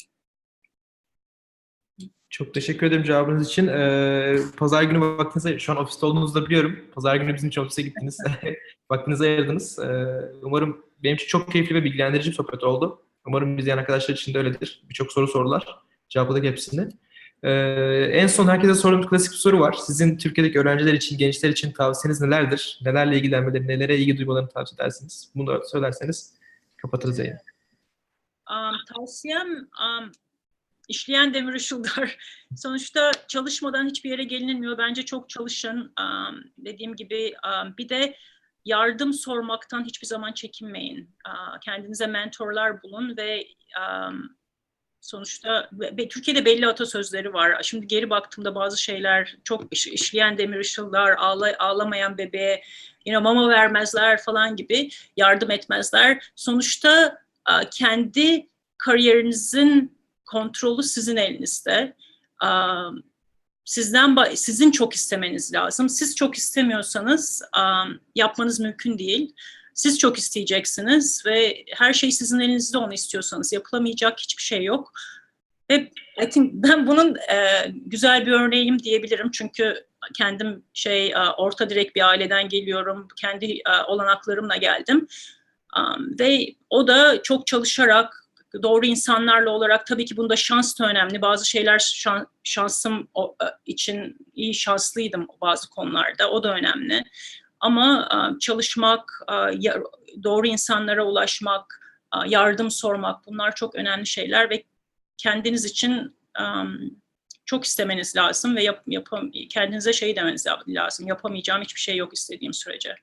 Çok teşekkür ederim cevabınız için. Ee, Pazar günü vaktinize, şu an ofiste olduğunuzu da biliyorum. Pazar günü bizim için ofise gittiniz. Vaktinizi ayırdınız. Ee, umarım benim için çok keyifli ve bilgilendirici bir sohbet oldu. Umarım izleyen arkadaşlar için de öyledir. Birçok soru sordular. Cevapladık hepsini. Ee, en son herkese sorduğum klasik bir soru var. Sizin Türkiye'deki öğrenciler için, gençler için tavsiyeniz nelerdir? Nelerle ilgilenmeleri, nelere ilgi duymalarını tavsiye edersiniz? Bunu da söylerseniz kapatırız yayını. Um, tavsiyem um, işleyen demir ışıldar. Sonuçta çalışmadan hiçbir yere gelinilmiyor. Bence çok çalışın. Um, dediğim gibi um, bir de yardım sormaktan hiçbir zaman çekinmeyin. Uh, kendinize mentorlar bulun ve um, sonuçta ve Türkiye'de belli atasözleri var. Şimdi geri baktığımda bazı şeyler çok iş, işleyen demir ışıldar, ağla, ağlamayan bebeğe you know, mama vermezler falan gibi, yardım etmezler. Sonuçta uh, kendi kariyerinizin kontrolü sizin elinizde. Um, sizden ba- sizin çok istemeniz lazım. Siz çok istemiyorsanız um, yapmanız mümkün değil. Siz çok isteyeceksiniz ve her şey sizin elinizde, onu istiyorsanız yapılamayacak hiçbir şey yok. Hep I think ben bunun e, güzel bir örneğim diyebilirim çünkü kendim şey e, orta direk bir aileden geliyorum, kendi e, olanaklarımla geldim. Um, ve o da çok çalışarak, doğru insanlarla olarak, tabii ki bunda şans da önemli. Bazı şeyler şan, şansım için iyi, şanslıydım bazı konularda. O da önemli. Ama çalışmak, doğru insanlara ulaşmak, yardım sormak, bunlar çok önemli şeyler ve kendiniz için çok istemeniz lazım ve yap, yapam, kendinize şey demeniz lazım. Yapamayacağım hiçbir şey yok istediğim sürece.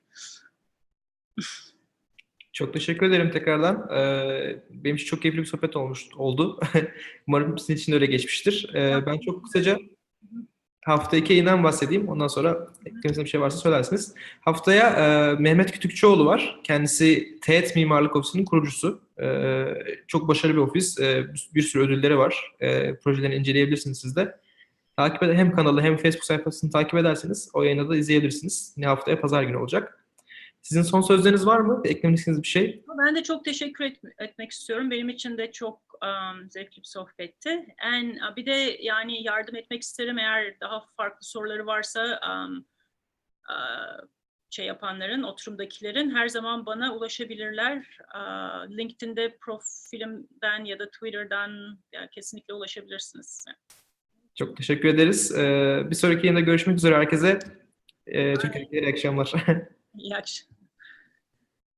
Çok teşekkür ederim tekrardan. Ee, benim için çok keyifli bir sohbet olmuş oldu. Umarım sizin için de öyle geçmiştir. Ee, ben çok kısaca hafta iki yayından bahsedeyim. Ondan sonra eklemesine bir şey varsa söylersiniz. Haftaya e, Mehmet Kütükçüoğlu var. Kendisi Teğet Mimarlık Ofisi'nin kurucusu. E, çok başarılı bir ofis. E, bir sürü ödülleri var. E, projelerini inceleyebilirsiniz siz de. Takip eder, hem kanalı hem Facebook sayfasını takip ederseniz o yayını da izleyebilirsiniz. Yine haftaya pazar günü olacak. Sizin son sözleriniz var mı? Eklemek istediğiniz bir şey? Ben de çok teşekkür et, etmek istiyorum. Benim için de çok um, zevkli bir sohbetti. En, bir de yani yardım etmek isterim eğer daha farklı soruları varsa um, uh, şey yapanların, oturumdakilerin her zaman bana ulaşabilirler. Uh, LinkedIn'de profilimden ya da Twitter'dan ya, kesinlikle ulaşabilirsiniz. Çok teşekkür ederiz. Ee, bir sonraki yayında görüşmek üzere herkese. Ee, Türkiye'ye iyi akşamlar. İyi akşamlar.